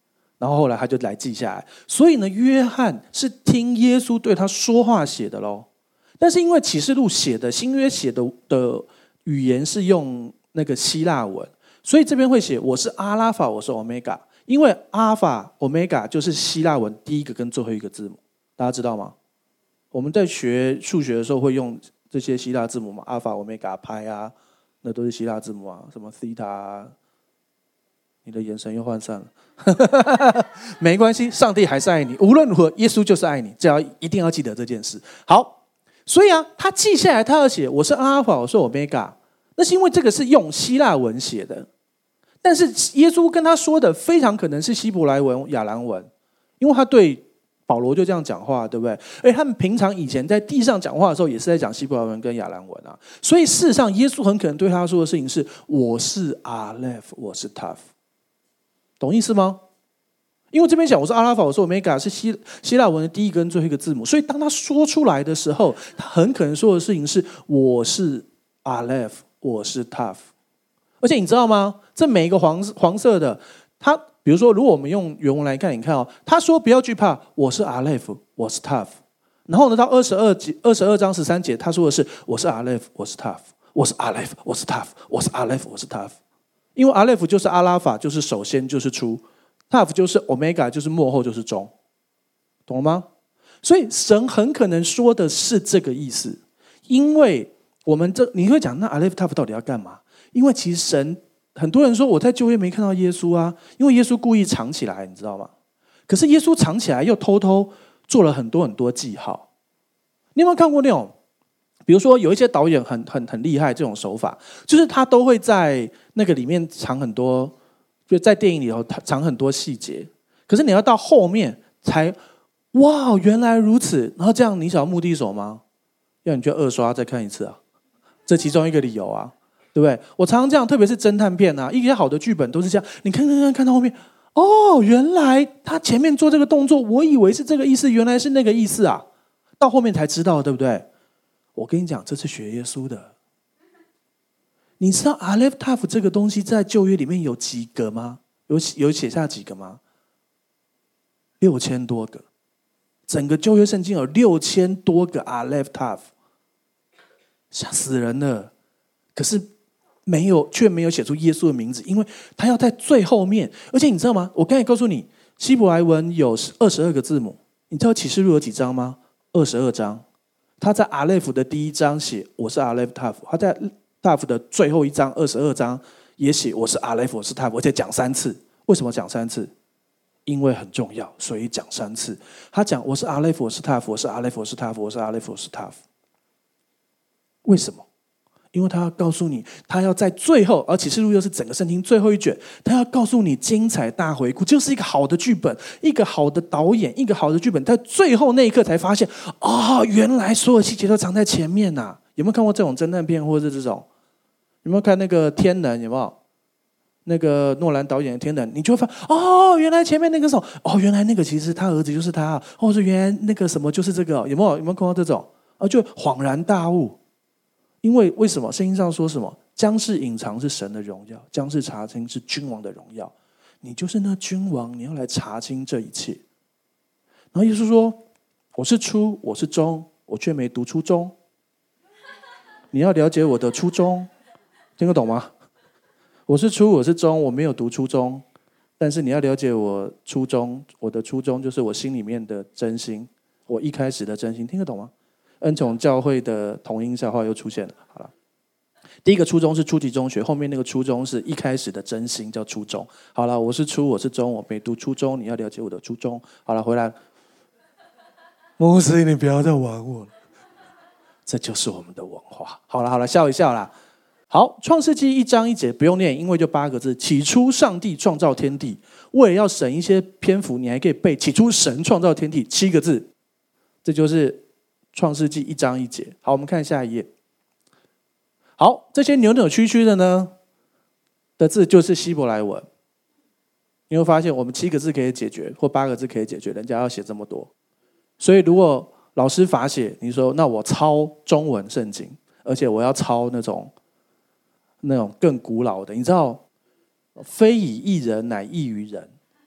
然后后来他就来记下来。所以呢，约翰是听耶稣对他说话写的咯。但是因为启示录写的新约写的的语言是用那个希腊文，所以这边会写我是阿拉法，我是 Omega。因为阿尔法 Omega 就是希腊文第一个跟最后一个字母，大家知道吗？我们在学数学的时候会用这些希腊字母嘛，阿尔法 Omega 派啊，那都是希腊字母啊，什么 Theta 啊。你的眼神又涣散了没关系，上帝还是爱你，无论如何耶稣就是爱你，只要一定要记得这件事。好，所以啊，他记下来，他要写我是阿尔法，我是 Omega， 那是因为这个是用希腊文写的。但是耶稣跟他说的非常可能是希伯来文、亚兰文，因为他对保罗就这样讲话，对不对？而他们平常以前在地上讲话的时候，也是在讲希伯来文跟亚兰文啊。所以事实上，耶稣很可能对他说的事情是：我是阿勒夫，我是 Tav， 懂意思吗？因为这边讲我是阿拉法，我是 Omega， 是希希腊文的第一个跟最后一个字母，所以当他说出来的时候，他很可能说的事情是：我是阿勒夫，我是 Tav。而且你知道吗？这每一个黄黄色的，他比如说，如果我们用原文来看，你看哦，他说不要惧怕，我是阿勒夫，我是 Tav。然后呢，到二十二节、二十二章十三节，他说的是我是阿勒夫，我是 Tav， 我是阿勒夫，我是 Tav， 我是阿勒夫，我是 Tav。因为阿勒夫就是阿拉法，就是首先就是出 ，Tav 就是 Omega， 就是末后就是终，懂了吗？所以神很可能说的是这个意思，因为我们这你会讲，那阿勒夫 Tav 到底要干嘛？因为其实神，很多人说我在旧约没看到耶稣啊，因为耶稣故意藏起来，你知道吗？可是耶稣藏起来又偷偷做了很多很多记号。你有没有看过那种，比如说有一些导演很很很厉害这种手法，就是他都会在那个里面藏很多，就在电影里头藏很多细节，可是你要到后面才哇原来如此，然后这样你想要目的是什么吗？要你去二刷再看一次啊，这其中一个理由啊。对不对？我常常这样，特别是侦探片啊，一些好的剧本都是这样。你看看看看到后面，哦，原来他前面做这个动作，我以为是这个意思，原来是那个意思啊，到后面才知道，对不对？我跟你讲，这是学耶稣的。你知道阿勒夫 Tav 这个东西在旧约里面有几个吗？有有写下几个吗？六千多个，整个旧约圣经有六千多个阿勒夫 Tav， 吓死人了。可是没有，却没有写出耶稣的名字，因为他要在最后面。而且你知道吗？我刚才告诉你，希伯来文有二十二个字母。你知道启示录有几章吗？二十二章。他在阿勒夫的第一章写我是阿勒夫 Tav， 他在 Tav 的最后一章二十二章也写我是阿勒夫，我是 Tav， 而且讲三次。为什么讲三次？因为很重要，所以讲三次。他讲我是阿勒夫，我是 Tav， 我是阿勒夫，我是 Tav， 我是阿勒夫，我是 Tav。为什么？因为他要告诉你，他要在最后，而启示录又是整个圣经最后一卷，他要告诉你精彩大回顾，就是一个好的剧本，一个好的导演，一个好的剧本，在最后那一刻才发现，啊、哦，原来所有细节都藏在前面呐、啊！有没有看过这种侦探片，或者是这种？有没有看那个《天能》？有没有？那个诺兰导演的《天能》，你就会发现，哦，原来前面那个什么，哦，原来那个其实他儿子就是他，或者原来那个什么就是这个，有没有？有没有看到这种？啊，就恍然大悟。因为为什么圣经上说什么？将是隐藏是神的荣耀，将是查清是君王的荣耀。你就是那君王，你要来查清这一切。然后耶稣说：“我是初，我是终，我却没读初衷。你要了解我的初衷，听得懂吗？我是初，我是终，我没有读初衷，但是你要了解我初衷，我的初衷就是我心里面的真心，我一开始的真心，听得懂吗？”恩宠教会的同音笑话又出现了。好了，第一个初衷是初级中学，后面那个初衷是一开始的真心，叫初衷。好了，我是初，我是中，我没读初中，你要了解我的初衷。好了，回来。牧师，你不要再玩我了，这就是我们的文化。好了好了，笑一笑啦。好，创世纪一章一节不用念，因为就八个字：起初上帝创造天地。为了要省一些篇幅，你还可以背起初神创造天地七个字，这就是创世纪一章一节。好，我们看下一页。好，这些扭扭曲曲的呢的字就是希伯来文。你会发现，我们七个字可以解决，或八个字可以解决，人家要写这么多。所以，如果老师罚写，你说那我抄中文圣经，而且我要抄那种那种更古老的，你知道，非以义人，乃义于人。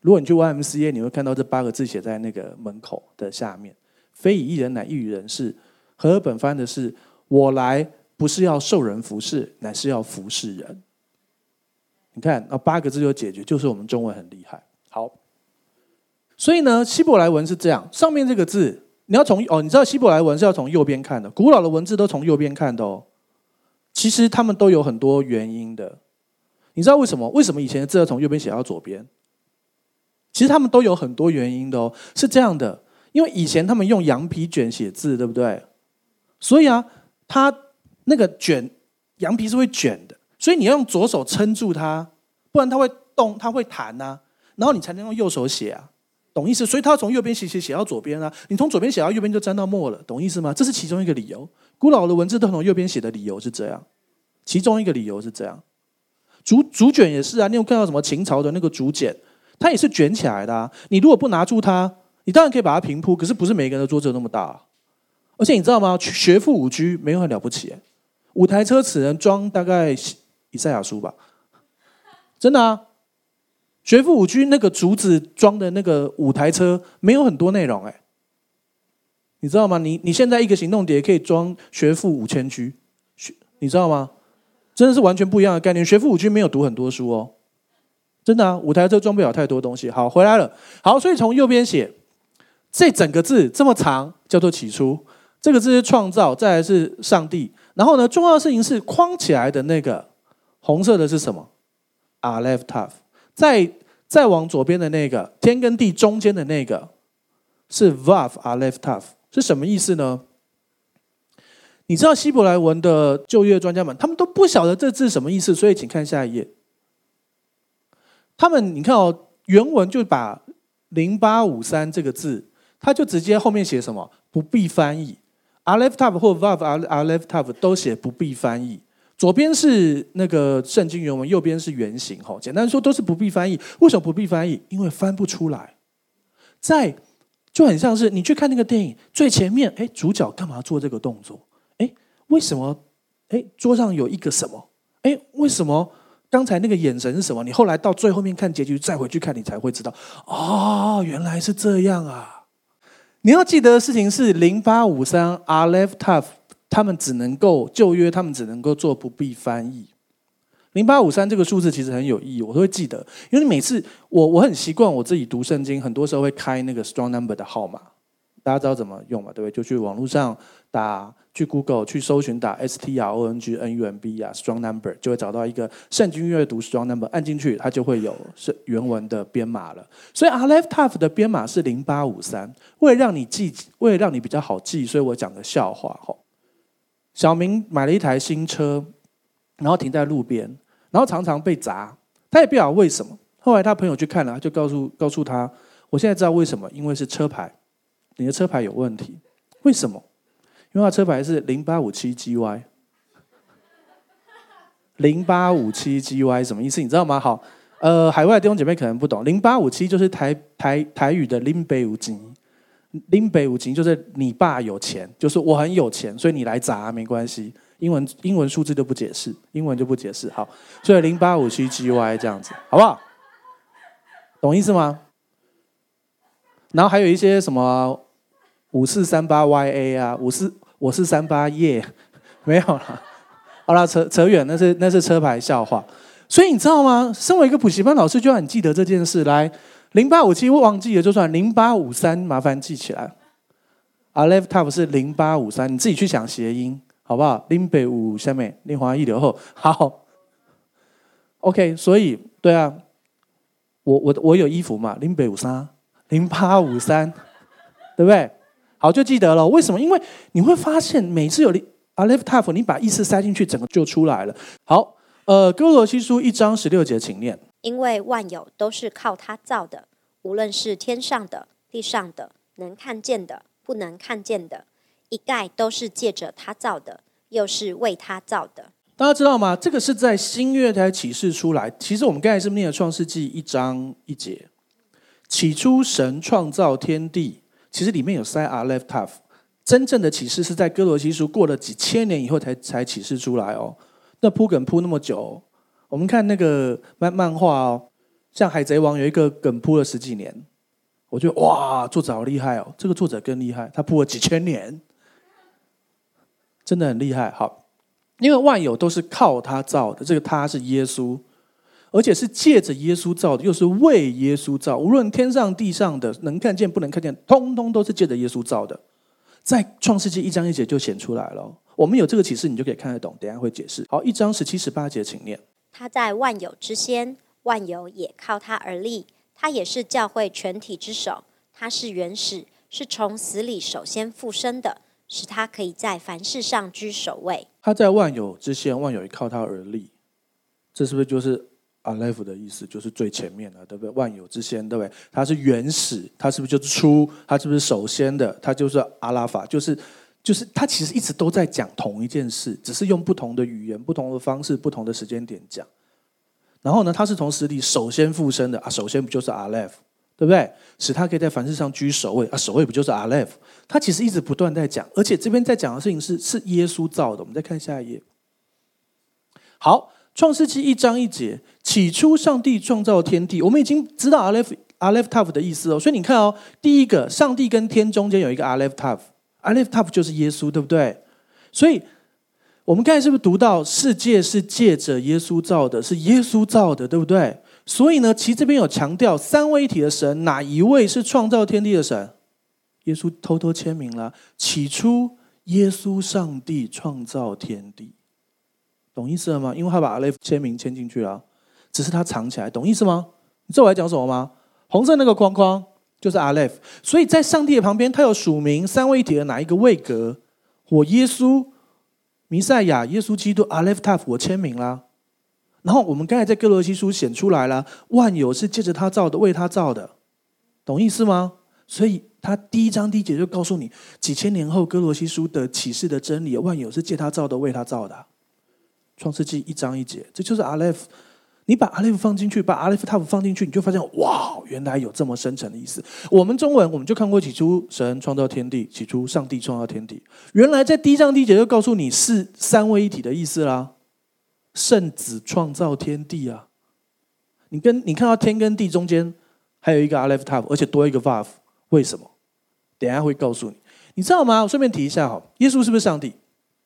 如果你去 Y M C A， 你会看到这八个字写在那个门口的下面。非以一人，乃异于人是。和合本翻的是我来不是要受人服侍，乃是要服侍人。你看，那八个字就解决，就是我们中文很厉害。好，所以呢，希伯来文是这样，上面这个字你要从哦，你知道希伯来文是要从右边看的，古老的文字都从右边看的哦。其实他们都有很多原因的。你知道为什么？为什么以前的字要从右边写到左边？其实他们都有很多原因的哦。是这样的，因为以前他们用羊皮卷写字，对不对？所以啊，它那个卷羊皮是会卷的，所以你要用左手撑住它，不然它会动，它会弹啊，然后你才能用右手写啊，懂意思？所以它要从右边写写写到左边啊，你从左边写到右边就沾到墨了，懂意思吗？这是其中一个理由。古老的文字都从右边写的理由是这样，其中一个理由是这样。竹竹卷也是啊，你有看到什么秦朝的那个竹简，它也是卷起来的啊。你如果不拿住它，你当然可以把它平铺，可是不是每个人的桌子有那么大啊。而且你知道吗？学富五车没有很了不起，五台车只能装大概以赛亚书吧，真的啊。学富五车那个竹子装的那个五台车没有很多内容哎，你知道吗？你你现在一个行动碟可以装学富五千 G， 你知道吗？真的是完全不一样的概念。学富五车没有读很多书哦，真的啊，五台车装不了太多东西。好，回来了。好，所以从右边写，这整个字这么长，叫做起初。这个字是创造，再来是上帝。然后呢，重要的事情是框起来的那个红色的是什么 ？Aleph Tav。再再往左边的那个天跟地中间的那个是 Vav Aleph Tav， 是什么意思呢？你知道希伯来文的旧约专家们，他们都不晓得这字什么意思，所以请看下一页。他们你看哦，原文就把零八五三这个字，他就直接后面写什么不必翻译。Aleph Tav 或 Vav Aleph Tav 都写不必翻译，左边是那个圣经原文，右边是原型。简单说都是不必翻译。为什么不必翻译？因为翻不出来。在就很像是你去看那个电影，最前面，哎，主角干嘛做这个动作？哎，为什么？哎，桌上有一个什么？哎，为什么刚才那个眼神是什么？你后来到最后面看结局，再回去看，你才会知道，哦，原来是这样啊。你要记得的事情是零八五三 Aleph Tav， 他们只能够旧约，他们只能够做不必翻译。零八五三这个数字其实很有意义，我都会记得，因为每次我我很习惯我自己读圣经，很多时候会开那个 strong number 的号码，大家知道怎么用嘛？对不对？就去网络上打，去 Google 去搜寻打 S T R O N G N U M B 啊 strong number， 就会找到一个圣经阅读 strong number， 按进去它就会有原文的编码了。所以 Aleph Tav 的编码是零八五三，为了让你记，为了让你比较好记，所以我讲个笑话。小明买了一台新车，然后停在路边，然后常常被砸，他也不晓得为什么。后来他朋友去看了，就告诉告诉他，我现在知道为什么，因为是车牌，你的车牌有问题。为什么？因为他车牌是零八五七 G Y， 零八五七 G Y 什么意思？你知道吗？好，呃，海外的弟兄姐妹可能不懂，零八五七就是台台台语的林北五金。林北五金就是你爸有钱，就是我很有钱，所以你来砸没关系。英文英文数字就不解释，英文就不解释。好，所以零八五七 G Y 这样子，好不好？懂意思吗？然后还有一些什么五四三八 Y A 啊，五四我是三八耶，没有了。好了，扯扯远，那是那是车牌笑话。所以你知道吗？身为一个补习班老师，就要你记得这件事。来，零八五七忘记了就算，零八五三麻烦记起来。Aleph Tav 是零八五三，你自己去想谐音，好不好？林北五下面林华一流后，好。OK， 所以对啊，我我我有衣服嘛，林北五三，零八五三，对不对？好，就记得了。为什么？因为你会发现，每次有 Aleph Tav， 你把意思塞进去，整个就出来了。好，呃，哥罗西书一章十六节，请念。 因为万有都是靠他造的，无论是天上的、地上的，能看见的、不能看见的，一概都是借着他造的，又是为他造的。 大家知道吗？这个是在新约才启示出来。其实我们刚才是念的创世纪一章一节，起初神创造天地，其实里面有塞 Aleph Tav。真正的启示是在哥罗西书过了几千年以后才才启示出来哦。那铺梗铺那么久哦，我们看那个漫漫画哦， 像《海贼王》有一个梗铺了十几年，我觉得哇，作者好厉害哦。这个作者更厉害，他铺了几千年，真的很厉害。好，因为万有都是靠他造的，这个他是耶稣，而且是借着耶稣造的，又是为耶稣造。无论天上地上的，能看见不能看见，通通都是借着耶稣造的。在创世纪一章一节就显出来了。我们有这个启示，你就可以看得懂。等一下会解释。好，一章十七、十八节，请念。 他在万有之先，万有也靠他而立。他也是教会全体之首。他是原始，是从死里首先复生的，使他可以在凡事上居首位。 他在万有之先，万有也靠他而立。这是不是就是阿莱夫的意思？就是最前面了，对不对？万有之先，对不对？他是原始，他是不是就是初？他是不是首先的？他就是阿拉法，就是就是他其实一直都在讲同一件事，只是用不同的语言、不同的方式、不同的时间点讲。然后呢，他是从死里首先复生的啊，首先不就是阿莱夫，对不对？使他可以在凡事上居首位啊，首位不就是阿莱夫？他其实一直不断在讲，而且这边在讲的事情是是耶稣造的。我们再看下一页。好。创世纪一章一节，起初上帝创造天地。我们已经知道 Aleph Aleph Tav 的意思哦，所以你看哦，第一个，上帝跟天中间有一个 Aleph Tav，Aleph Tav 就是耶稣，对不对？所以我们刚才是不是读到世界是借着耶稣造的，是耶稣造的，对不对？所以呢，其实这边有强调三位一体的神，哪一位是创造天地的神？耶稣偷偷签名了，起初耶稣上帝创造天地。懂意思了吗？因为他把阿莱夫签名签进去了，只是他藏起来，懂意思吗？你知道我在讲什么吗？红色那个框框就是阿莱夫，所以在上帝的旁边，他有署名三位一体的哪一个位格？我耶稣、弥赛亚、耶稣基督、阿莱夫塔夫，我签名啦。然后我们刚才在哥罗西书显出来了，万有是借着他造的，为他造的，懂意思吗？所以他第一章第一节就告诉你，几千年后哥罗西书的启示的真理，万有是借他造的，为他造的。创世纪一章一节，这就是阿莱夫。你把阿莱夫放进去，把阿莱夫塔夫放进去，你就发现哇，原来有这么深层的意思。我们中文我们就看过起初神创造天地，起初上帝创造天地。原来在第一章第一节就告诉你是三位一体的意思啦。圣子创造天地啊，你跟你看到天跟地中间还有一个阿莱夫塔夫，而且多一个 vav， 为什么？等一下会告诉你。你知道吗？我顺便提一下哈，耶稣是不是上帝？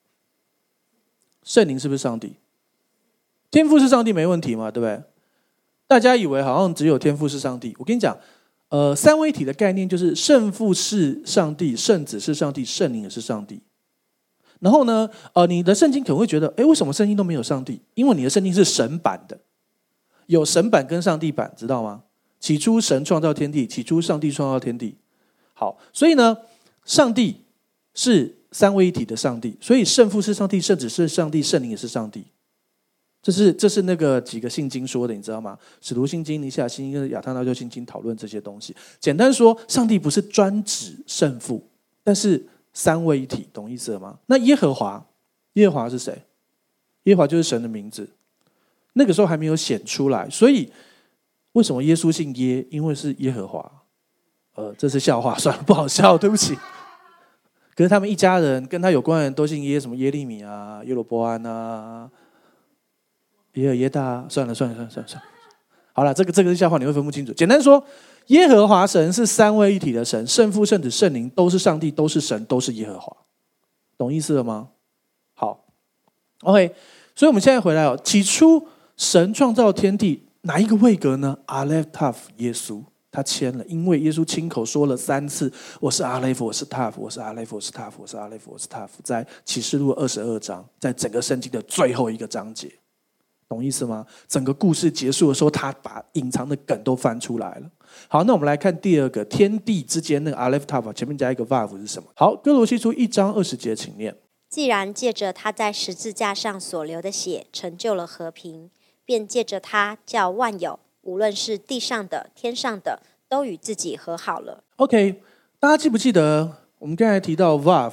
圣灵是不是上帝？天父是上帝没问题嘛，对不对？大家以为好像只有天父是上帝，我跟你讲，呃，三位一体的概念就是圣父是上帝，圣子是上帝，圣灵也是上帝。然后呢，呃，你的圣经可能会觉得，哎，为什么圣经都没有上帝？因为你的圣经是神版的，有神版跟上帝版，知道吗？起初神创造天地，起初上帝创造天地。好，所以呢，上帝是三位一体的上帝，所以圣父是上帝，圣子是上帝，圣灵也是上帝。这是这是那个几个信经说的，你知道吗？使徒信经、尼西亚信经跟亚他那修信经讨论这些东西。简单说，上帝不是专指圣父，但是三位一体，懂意思了吗？那耶和华，耶和华是谁？耶和华就是神的名字，那个时候还没有显出来，所以为什么耶稣姓耶？因为是耶和华。呃，这是笑话，算了，不好笑，对不起。可是他们一家人跟他有关的人都姓耶，什么耶利米啊、耶罗波安啊、耶尔耶大啊，算了算了算了算了算了。好了，这个这个是笑话，你会分不清楚。简单说，耶和华神是三位一体的神，圣父、圣子、圣灵都是上帝，都是神，都是耶和华，懂意思了吗？好 ，OK， 所以我们现在回来哦。起初神创造天地，哪一个位格呢？阿莱夫塔夫，耶稣。他签了，因为耶稣亲口说了三次：“我是阿莱夫，我是塔夫，我是阿莱夫，我是塔夫，我是阿莱夫，我是塔夫。”在启示录二十二章，在整个圣经的最后一个章节，懂意思吗？整个故事结束的时候，他把隐藏的梗都翻出来了。好，那我们来看第二个，天地之间那个阿莱夫塔夫前面加一个 vav 是什么？好，哥罗西书一章二十节，请念： 既然借着他在十字架上所流的血成就了和平，便借着他叫万有，无论是地上的、天上的，都与自己和好了。 OK， 大家记不记得我们刚才提到 vav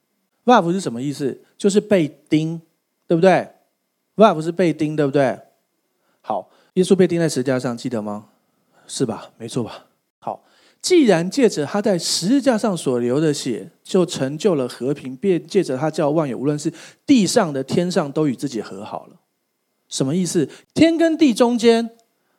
vav 是什么意思？就是被钉，对不对？ vav 是被钉，对不对？好，耶稣被钉在十字架上，记得吗？是吧？没错吧？好，既然借着他在十字架上所流的血就成就了和平，便借着他叫万有，无论是地上的、天上，都与自己和好了。什么意思？天跟地中间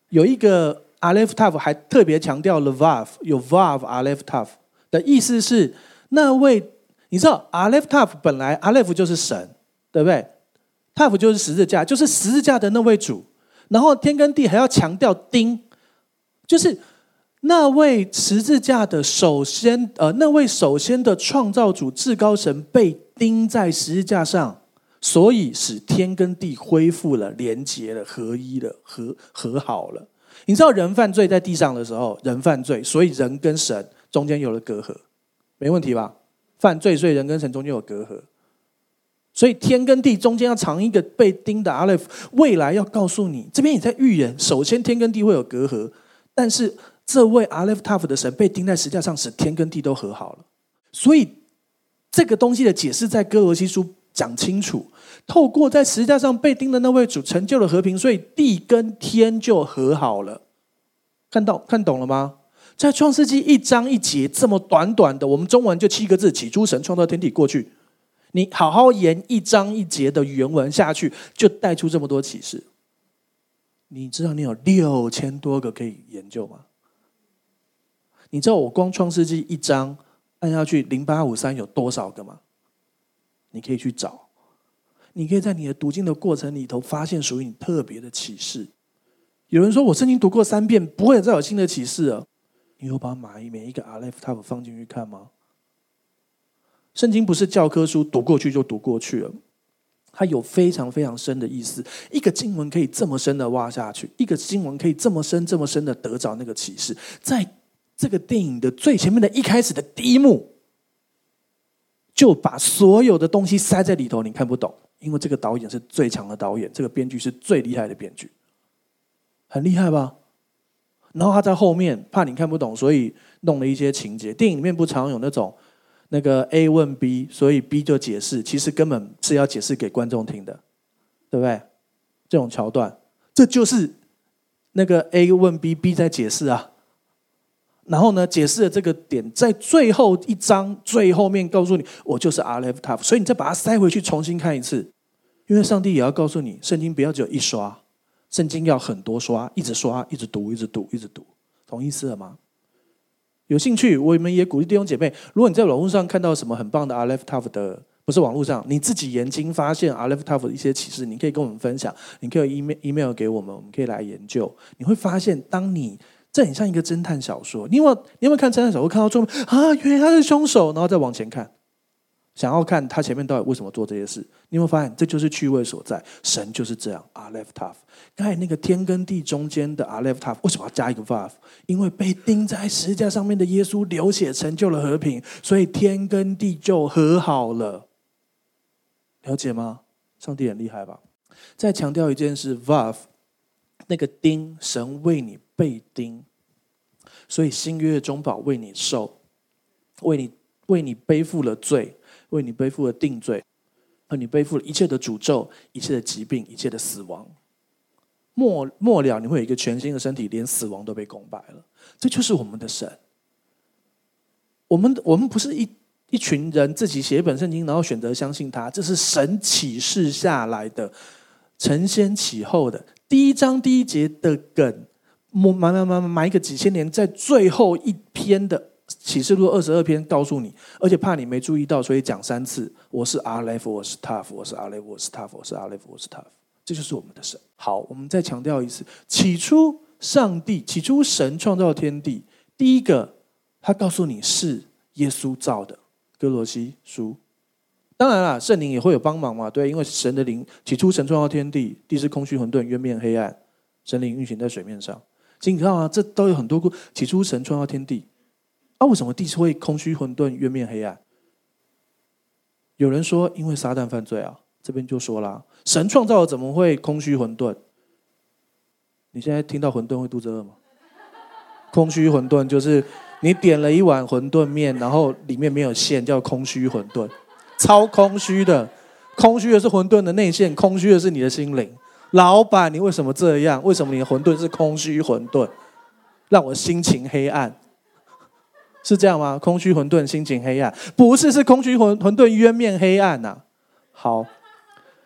有一个 Aleph Tav 还特别强调了 Vav， 有 Vav Aleph Tav 的意思是那位，你知道 Aleph Tav 本来 Aleph 就是神，对不对？ Tav 就是十字架，就是十字架的那位主。然后天跟地还要强调钉，就是那位十字架的首先，呃，那位首先的创造主至高神被钉在十字架上，所以使天跟地恢复了、连结了、合一了、和和好了。你知道人犯罪在地上的时候，人犯罪，所以人跟神中间有了隔阂，没问题吧？犯罪，所以人跟神中间有隔阂。所以天跟地中间要藏一个被钉的 Aleph， 未来要告诉你，这边也在预言，首先天跟地会有隔阂，但是这位 Aleph Tav 的神被钉在石架上，使天跟地都和好了。所以这个东西的解释在哥罗西书讲清楚，透过在石架上被钉的那位主成就了和平，所以地跟天就和好了。看到看懂了吗？在创世纪一章一节这么短短的，我们中文就七个字，起初神创造天地，过去你好好研一章一节的原文下去，就带出这么多启示。你知道你有六千多个可以研究吗？你知道我光创世纪一章按下去零八五三有多少个吗？你可以去找，你可以在你的读经的过程里头发现属于你特别的启示。有人说我圣经读过三遍，不会再有新的启示了。你有把每一个 Aleph Tav 放进去看吗？圣经不是教科书，读过去就读过去了，它有非常非常深的意思。一个经文可以这么深的挖下去，一个经文可以这么深这么深的得着那个启示。在这个电影的最前面的一开始的第一幕，就把所有的东西塞在里头，你看不懂，因为这个导演是最强的导演，这个编剧是最厉害的编剧，很厉害吧？然后他在后面怕你看不懂，所以弄了一些情节。电影里面不常有那种那个 A 问 B， 所以 B 就解释，其实根本是要解释给观众听的，对不对？这种桥段，这就是那个 A 问 B，B 在解释啊。然后呢，解释的这个点在最后一章最后面告诉你，我就是 Aleph Tav， 所以你再把它塞回去重新看一次，因为上帝也要告诉你，圣经不要只有一刷，圣经要很多刷，一直刷，一直读，一直读，一直读，懂意思了吗？有兴趣，我们也鼓励弟兄姐妹，如果你在网络上看到什么很棒的 Aleph Tav 的，不是网络上，你自己研经发现 Aleph Tav 的一些启示，你可以跟我们分享，你可以 email email 给我们，我们可以来研究。你会发现，当你这很像一个侦探小说，你有没有你有没有看侦探小说看到最后啊，原来他是凶手，然后再往前看，想要看他前面到底为什么做这些事？你有没有发现这就是趣味所在？神就是这样 Aleph Tav。刚才那个天跟地中间的 Aleph Tav 为什么要加一个 Vav？ 因为被钉在十字架上面的耶稣流血成就了和平，所以天跟地就和好了。了解吗？上帝很厉害吧？再强调一件事 Vav 那个钉，神为你被钉，所以新约的中保为你受，为你为你背负了罪，为你背负了定罪，为你背负了一切的诅咒，一切的疾病，一切的死亡。末末了，你会有一个全新的身体，连死亡都被攻败了。这就是我们的神。我们我们不是一一群人自己写一本圣经，然后选择相信他，这是神启示下来的，承先启后的。第一章第一节的梗，埋埋埋埋一个几千年，在最后一篇的启示录二十二篇告诉你，而且怕你没注意到，所以讲三次：我是 Aleph， 我是 Tav， 我是 Aleph， 我是 Tav， 我是 Aleph， 我是 Tav。这就是我们的神。好，我们再强调一次：起初上帝，起初神创造天地。第一个，他告诉你是耶稣造的，哥罗西书。当然啦，圣灵也会有帮忙嘛，对，因为神的灵，起初神创造天地，地是空虚混沌，渊面黑暗，神灵运行在水面上。其实你知道吗？这都有很多故。起初神创造天地，啊，为什么地是会空虚混沌、渊面黑暗？有人说，因为撒旦犯罪啊。这边就说啦，神创造了怎么会空虚混沌？你现在听到混沌会肚子饿吗？空虚混沌就是你点了一碗馄饨面，然后里面没有馅，叫空虚混沌，超空虚的。空虚的是馄饨的内馅，空虚的是你的心灵。老板，你为什么这样？为什么你的馄饨是空虚混沌？让我心情黑暗，是这样吗？空虚混沌，心情黑暗，不是，是空虚混混沌渊面黑暗呐、啊。好。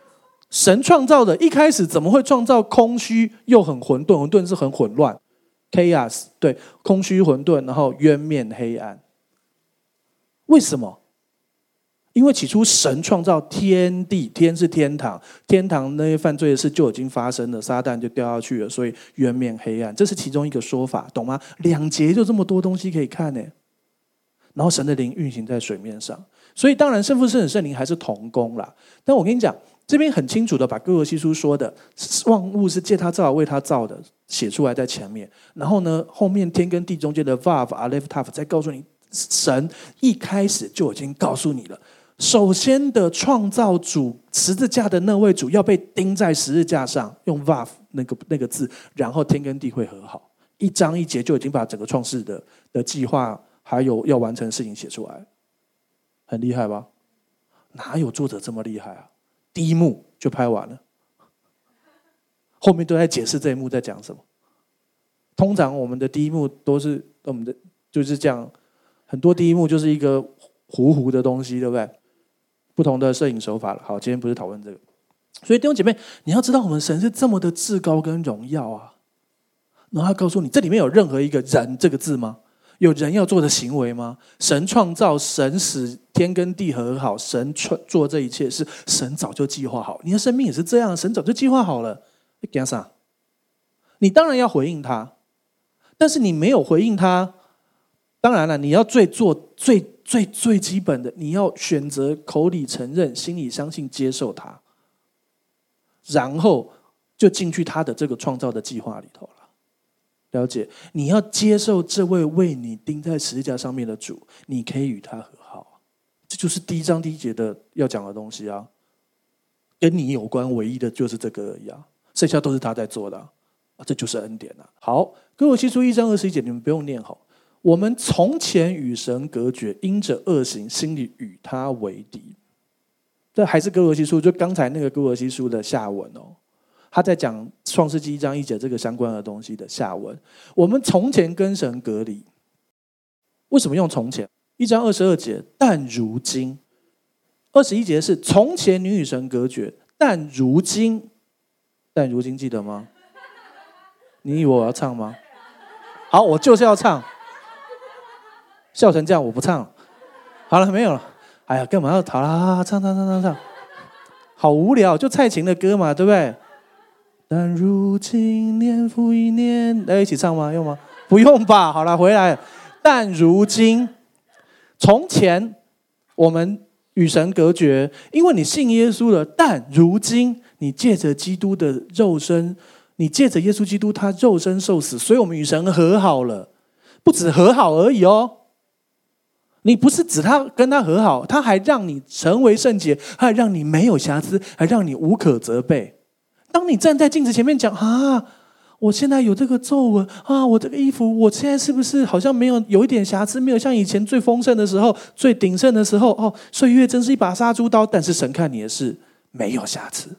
神创造的，一开始怎么会创造空虚又很混沌？混沌是很混乱 ，chaos， 对，空虚混沌，然后渊面黑暗。为什么？因为起初神创造天地，天是天堂，天堂那些犯罪的事就已经发生了，撒旦就掉下去了，所以渊面黑暗，这是其中一个说法，懂吗？两节就这么多东西可以看呢。然后神的灵运行在水面上，所以当然圣父、圣子、圣灵还是同工啦。但我跟你讲，这边很清楚的把哥罗西书说的万物是借他造为他造的写出来在前面，然后呢后面天跟地中间的 Vav、Aleph、Tav 再告诉你，神一开始就已经告诉你了。首先的创造主十字架的那位主要被钉在十字架上，用 Vav 那个那个字，然后天跟地会和好，一章一节就已经把整个创世的的计划还有要完成的事情写出来，很厉害吧？哪有作者这么厉害啊？第一幕就拍完了，后面都在解释这一幕在讲什么。通常我们的第一幕都是我们的就是这样，很多第一幕就是一个糊糊的东西，对不对？不同的摄影手法了。好，今天不是讨论这个，所以弟兄姐妹，你要知道我们神是这么的至高跟荣耀啊。然后他告诉你，这里面有任何一个人这个字吗？有人要做的行为吗？神创造，神使天跟地和好，神做这一切是神早就计划好。你的生命也是这样，神早就计划好了。你干啥？你当然要回应他，但是你没有回应他，当然了，你要最做最最最基本的，你要选择口里承认，心里相信，接受他，然后就进去他的这个创造的计划里头了。了解，你要接受这位为你钉在十字架上面的主，你可以与他和好。这就是第一章第一节的要讲的东西啊，跟你有关唯一的就是这个而已啊，剩下都是他在做的 啊, 啊这就是恩典啊。好，哥罗西书一章二十一节，你们不用念好。我们从前与神隔绝，因着恶行，心里与他为敌。这还是哥罗西书，就刚才那个哥罗西书的下文哦。他在讲创世纪一章一节这个相关的东西的下文。我们从前跟神隔离，为什么用从前？一章二十二节，但如今。二十一节是从前你与神隔绝，但如今，但如今记得吗？你以为我要唱吗？好，我就是要唱。笑成这样，我不唱。好了，没有了。哎呀，干嘛要好啦？唱唱唱唱唱，好无聊，就蔡琴的歌嘛，对不对？但如今年复一年，来一起唱吗？用吗？不用吧。好了，回来。但如今，从前我们与神隔绝，因为你信耶稣了。但如今，你借着基督的肉身，你借着耶稣基督他肉身受死，所以我们与神和好了。不止和好而已哦。你不是指他跟他和好，他还让你成为圣洁，还让你没有瑕疵，还让你无可责备。当你站在镜子前面讲啊，我现在有这个皱纹啊，我这个衣服，我现在是不是好像没有有一点瑕疵，没有像以前最丰盛的时候、最鼎盛的时候哦？岁月真是一把杀猪刀，但是神看你的是没有瑕疵，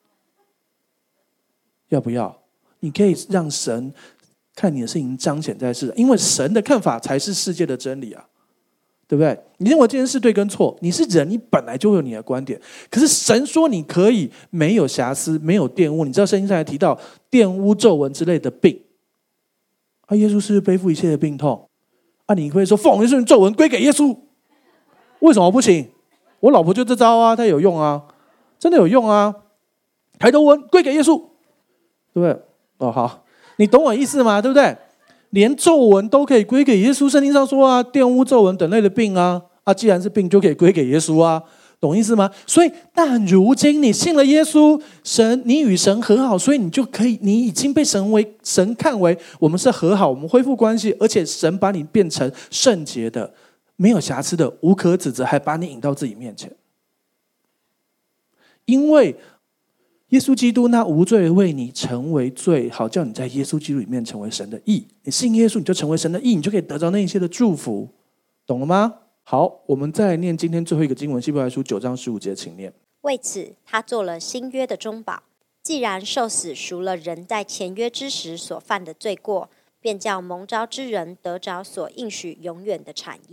要不要？你可以让神看你的事情彰显在世，因为神的看法才是世界的真理啊。对不对？你认为这件事对跟错，你是人，你本来就会有你的观点。可是神说你可以没有瑕疵，没有玷污。你知道圣经上还提到玷污、皱纹之类的病啊，耶稣是不是背负一切的病痛啊？你会说奉耶稣皱纹归给耶稣，为什么不行？我老婆就这招啊，她有用啊，真的有用啊。抬头纹归给耶稣，对不对？哦，好，你懂我意思吗？对不对？连皱纹都可以归给耶稣，圣经上说啊，玷污、皱纹等类的病啊，啊，既然是病，就可以归给耶稣啊，懂意思吗？所以，但如今你信了耶稣，神，你与神和好，所以你就可以，你已经被神为神看为我们是和好，我们恢复关系，而且神把你变成圣洁的、没有瑕疵的、无可指责，还把你引到自己面前，因为耶稣基督那无罪为你成为罪，好叫你在耶稣基督里面成为神的义。你信耶稣，你就成为神的义，你就可以得到那一些的祝福，懂了吗？好，我们再来念今天最后一个经文，希伯来书九章十五节，请念。 为此，他做了新约的中保，既然受死赎了人在前约之时所犯的罪过，便叫蒙召之人得着所应许永远的产业。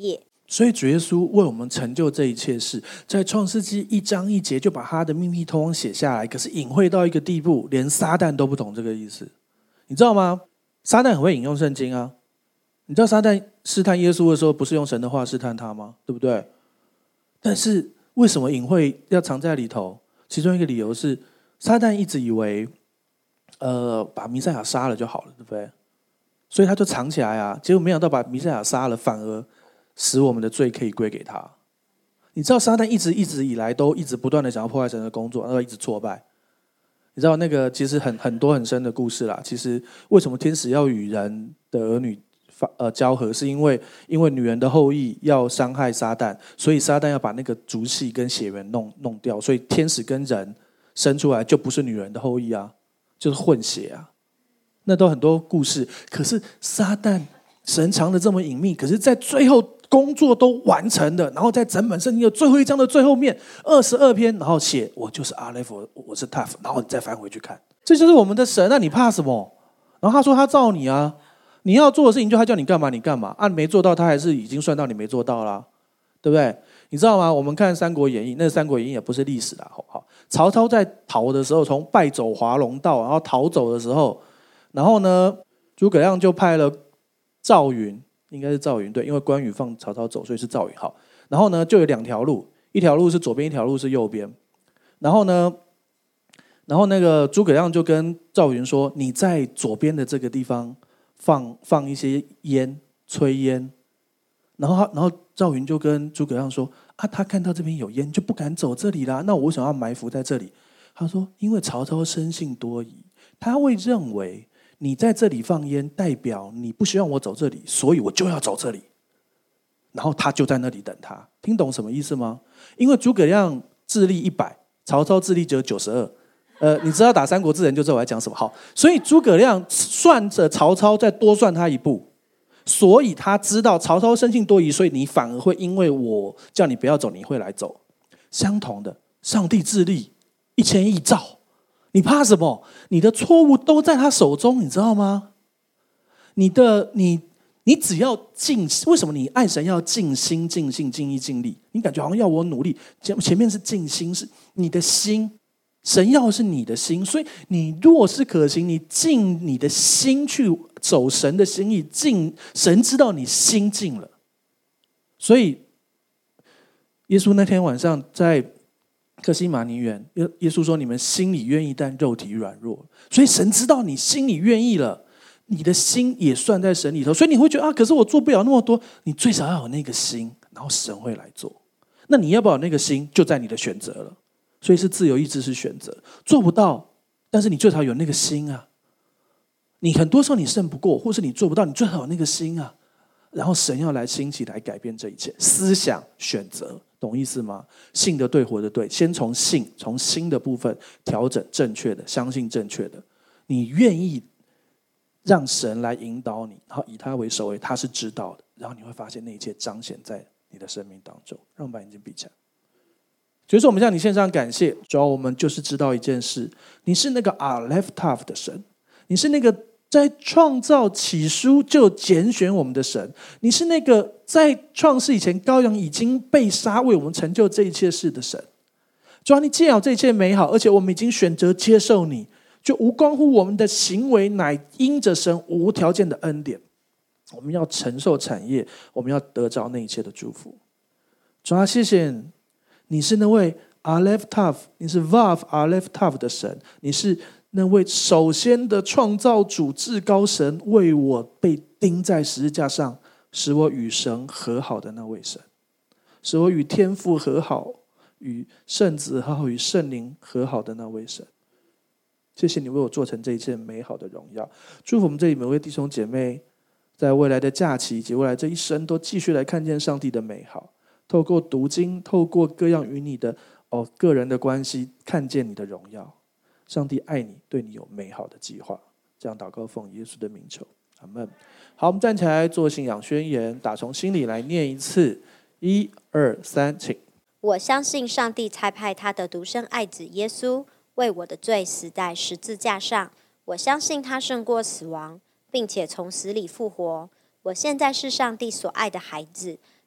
所以主耶稣为我们成就这一切事，在创世纪一章一节就把他的秘密通通写下来，可是隐晦到一个地步，连撒旦都不懂这个意思。你知道吗？撒旦很会引用圣经啊。你知道撒旦试探耶稣的时候，不是用神的话试探他吗？对不对？但是为什么隐晦要藏在里头？其中一个理由是，撒旦一直以为，呃，把弥赛亚杀了就好了，对不对？所以他就藏起来啊。结果没想到把弥赛亚杀了，反而使我们的罪可以归给他。你知道撒旦一直一直以来都一直不断的想要破坏神的工作，然后一直挫败。你知道那个其实很很多很深的故事啦。其实为什么天使要与人的儿女呃交合，是因为因为女人的后裔要伤害撒旦，所以撒旦要把那个族系跟血缘弄弄掉，所以天使跟人生出来就不是女人的后裔啊，就是混血啊。那都很多故事。可是撒旦神藏的这么隐秘，可是在最后工作都完成了，然后在整本圣经的最后一章的最后面二十二篇，然后写我就是阿勒弗，我是 Tav， 然后你再翻回去看，这就是我们的神。那你怕什么？然后他说他造你啊，你要做的事情就他叫你干嘛你干嘛，按、啊、没做到他还是已经算到你没做到啦，对不对？你知道吗？我们看《三国演义》，那《三国演义》也不是历史啦。好，曹操在逃的时候，从败走华容道，然后逃走的时候，然后呢，诸葛亮就派了赵云。应该是赵云，对，因为关羽放曹操走，所以是赵云。好，然后呢，就有两条路，一条路是左边，一条路是右边。然后呢，然后那个诸葛亮就跟赵云说：“你在左边的这个地方放放一些烟，炊烟。”然后他，然后赵云就跟诸葛亮说：“啊，他看到这边有烟，就不敢走这里啦。那我为什么要埋伏在这里？”他说：“因为曹操生性多疑，他会认为。”你在这里放烟，代表你不希望我走这里，所以我就要走这里。然后他就在那里等他，听懂什么意思吗？因为诸葛亮智力一百，曹操智力只有九十二。呃，你知道打《三国志》人就知道我在讲什么。好，所以诸葛亮算着曹操再多算他一步，所以他知道曹操生性多疑，所以你反而会因为我叫你不要走，你会来走。相同的，上帝智力一千亿兆。你怕什么？你的错误都在他手中，你知道吗？你的你你只要尽，为什么你爱神要尽心、尽性、尽意、尽力？你感觉好像要我努力，前面是尽心，是你的心，神要的是你的心。所以你若是可行，你尽你的心去走神的心意，尽神知道你心尽了。所以耶稣那天晚上在客西马尼园，耶稣说：“你们心里愿意，但肉体软弱。”所以神知道你心里愿意了，你的心也算在神里头。所以你会觉得啊，可是我做不了那么多。你最少要有那个心，然后神会来做。那你要不要有那个心，就在你的选择了。所以是自由意志是选择，做不到，但是你最少有那个心啊。你很多时候你胜不过，或是你做不到，你最好有那个心啊。然后神要来兴起来改变这一切，思想选择。懂意思吗？信的对，活的对，先从信，从心的部分调整正确的，相信正确的。你愿意让神来引导你，然后以他为首位，他是知道的，然后你会发现那一切彰显在你的生命当中。让我们把眼睛闭起来。所以说，我们向你献上感谢，主要我们就是知道一件事：你是那个 Aleph Tav 的神，你是那个在创造起初就拣选我们的神，你是那个在创世以前羔羊已经被杀为我们成就这一切事的神。主要你既然有这一切美好，而且我们已经选择接受你，就无关乎我们的行为，乃因着神无条件的恩典，我们要承受产业，我们要得着那一切的祝福。主要谢谢你，你是那位 Aleph Tav， 你是 Vav Aleph Tav 的神，你是那位首先的创造主至高神，为我被钉在十字架上，使我与神和好的那位神，使我与天父和好，与圣子和好，与圣灵和好的那位神。谢谢你为我做成这一切美好的荣耀。祝福我们这里每位弟兄姐妹，在未来的假期以及未来这一生，都继续来看见上帝的美好，透过读经，透过各样与你的哦个人的关系，看见你的荣耀。上帝爱你，对你有美好的计划。这样祷告奉耶稣的名求，阿们。好，我们站起来做信仰宣言，打从心里来念一次，一二三，请。 我相信上帝差派他的独生爱子耶稣为我的罪死在十字架上，我相信他胜过死亡，并且从死里复活。我现在是上帝所爱的孩子，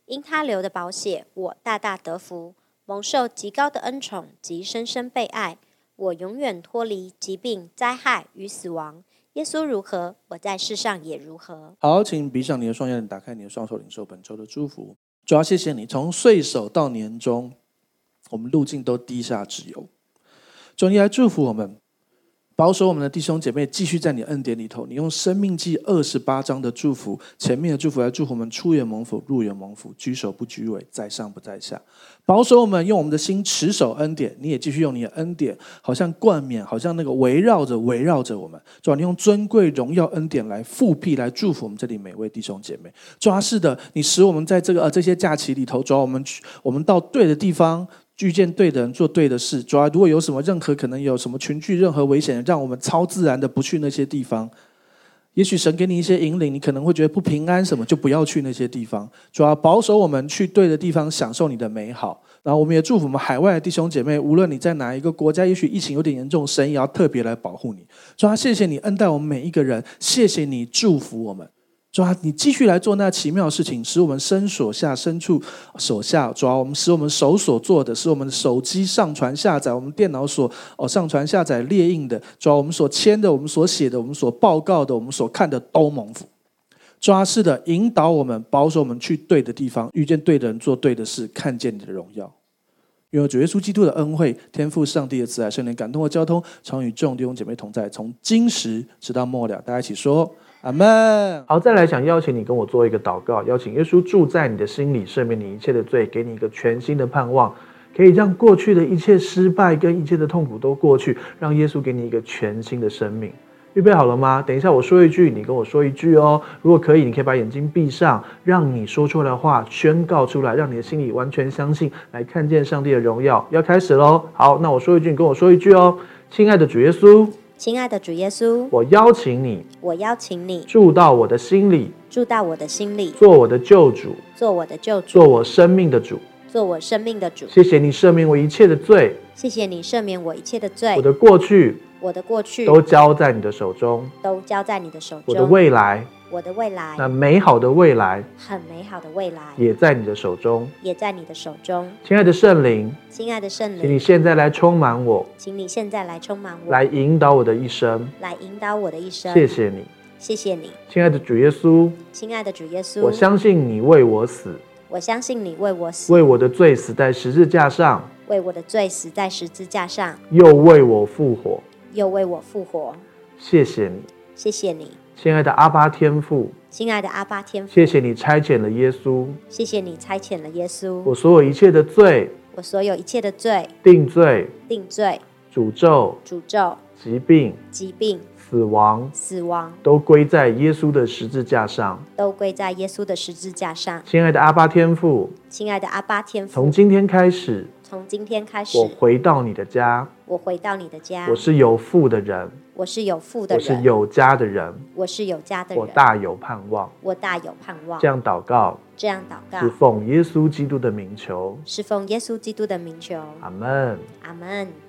因他流的宝血，我大大得福，蒙受极高的恩宠及深深被爱。我永远脱离疾病、灾害与死亡。耶稣如何，我在世上也如何。 好，请闭上你的双眼，打开你的双手，领受本周的祝福。主要谢谢你，从岁首到年终，我们路径都低下脂油。主，你来祝福我们，保守我们的弟兄姐妹继续在你恩典里头。你用生命记二十八章的祝福，前面的祝福来祝福我们出远蒙福，入远蒙福，居首不居尾，在上不在下。保守我们，用我们的心持守恩典。你也继续用你的恩典，好像冠冕，好像那个围绕着围绕着我们。主啊，你用尊贵荣耀恩典来复辟，来祝福我们这里每位弟兄姐妹。主啊，是的，你使我们在这个呃这些假期里头，主啊，我们我们到对的地方，遇见对的人，做对的事。主啊，如果有什么任何可能有什么群聚任何危险，让我们超自然的不去那些地方。也许神给你一些引领，你可能会觉得不平安什么，就不要去那些地方。主啊，保守我们去对的地方，享受你的美好。然后我们也祝福我们海外的弟兄姐妹，无论你在哪一个国家，也许疫情有点严重，神也要特别来保护你。主啊，谢谢你恩待我们每一个人，谢谢你祝福我们。主啊，你继续来做那奇妙的事情，使我们身所下身处所下。主啊，我们使我们手所做的，使我们的手机上传下载，我们电脑所、哦、上传下载列印的。主啊，我们所签的，我们所写的，我们所报告的，我们所看的都蒙福。主啊，是的，引导我们，保守我们去对的地方，遇见对的人，做对的事，看见你的荣耀。愿有主耶稣基督的恩惠、天父上帝的慈爱、圣灵感动和交通，常与众弟兄姐妹同在，从今时直到末了。大家一起说阿们。 好，再来想邀请你跟我做一个祷告，邀请耶稣住在你的心里，赦免你一切的罪，给你一个全新的盼望，可以让过去的一切失败跟一切的痛苦都过去，让耶稣给你一个全新的生命。预备好了吗？等一下我说一句，你跟我说一句哦。如果可以，你可以把眼睛闭上，让你说出来的话宣告出来，让你的心里完全相信，来看见上帝的荣耀。要开始咯。好，那我说一句，你跟我说一句哦。亲爱的主耶稣， 亲爱的主耶稣， 我邀请你， 我邀请你住到我的心里， 住到我的心里， 做我的救主， 做我的救主， 做我生命的主， 做我生命的主。 谢谢你赦免我一切的罪， 谢谢你赦免我一切的罪。 我的过去， 我的过去都交在你的手中， 都交在你的手中。 我的未来， 我的未来， 那美好的未来， 很美好的未来， 也在你的手中， 也在你的手中。 亲爱的圣灵， 亲爱的圣灵， 请你现在来充满我， 请你现在来充满我， 来引导我的一生， 来引导我的一生。 谢谢你， 谢谢你， 亲爱的主耶稣， 亲爱的主耶稣， 我相信你为我死， 我相信你为我死， 为我的罪死在十字架上， 为我的罪死在十字架上， 又为我复活， 又为我复活。 谢谢你， 谢谢你， 亲爱的阿爸天父， 亲爱的阿爸天父， 谢谢你差遣了耶稣， 谢谢你差遣了耶稣， 我所有一切的罪、 我所有一切的罪、 定罪、 定罪、 诅咒、 诅咒、 疾病、 疾病、 死亡， 死亡， 都归在耶稣的十字架上， 都归在耶稣的十字架上。 亲爱的阿爸天父， 亲爱的阿爸天父， 从今天开始， 从今天开始， 我回到你的家， 我回到你的家， 我是有父的人， 我是有父的我人， 是有家的人， 我是有家的人， 我大有盼望。 我大有盼望。 这样祷告， 这样祷告， 是奉耶稣基督的名求， 是奉耶稣基督的名求。 阿们。 阿们。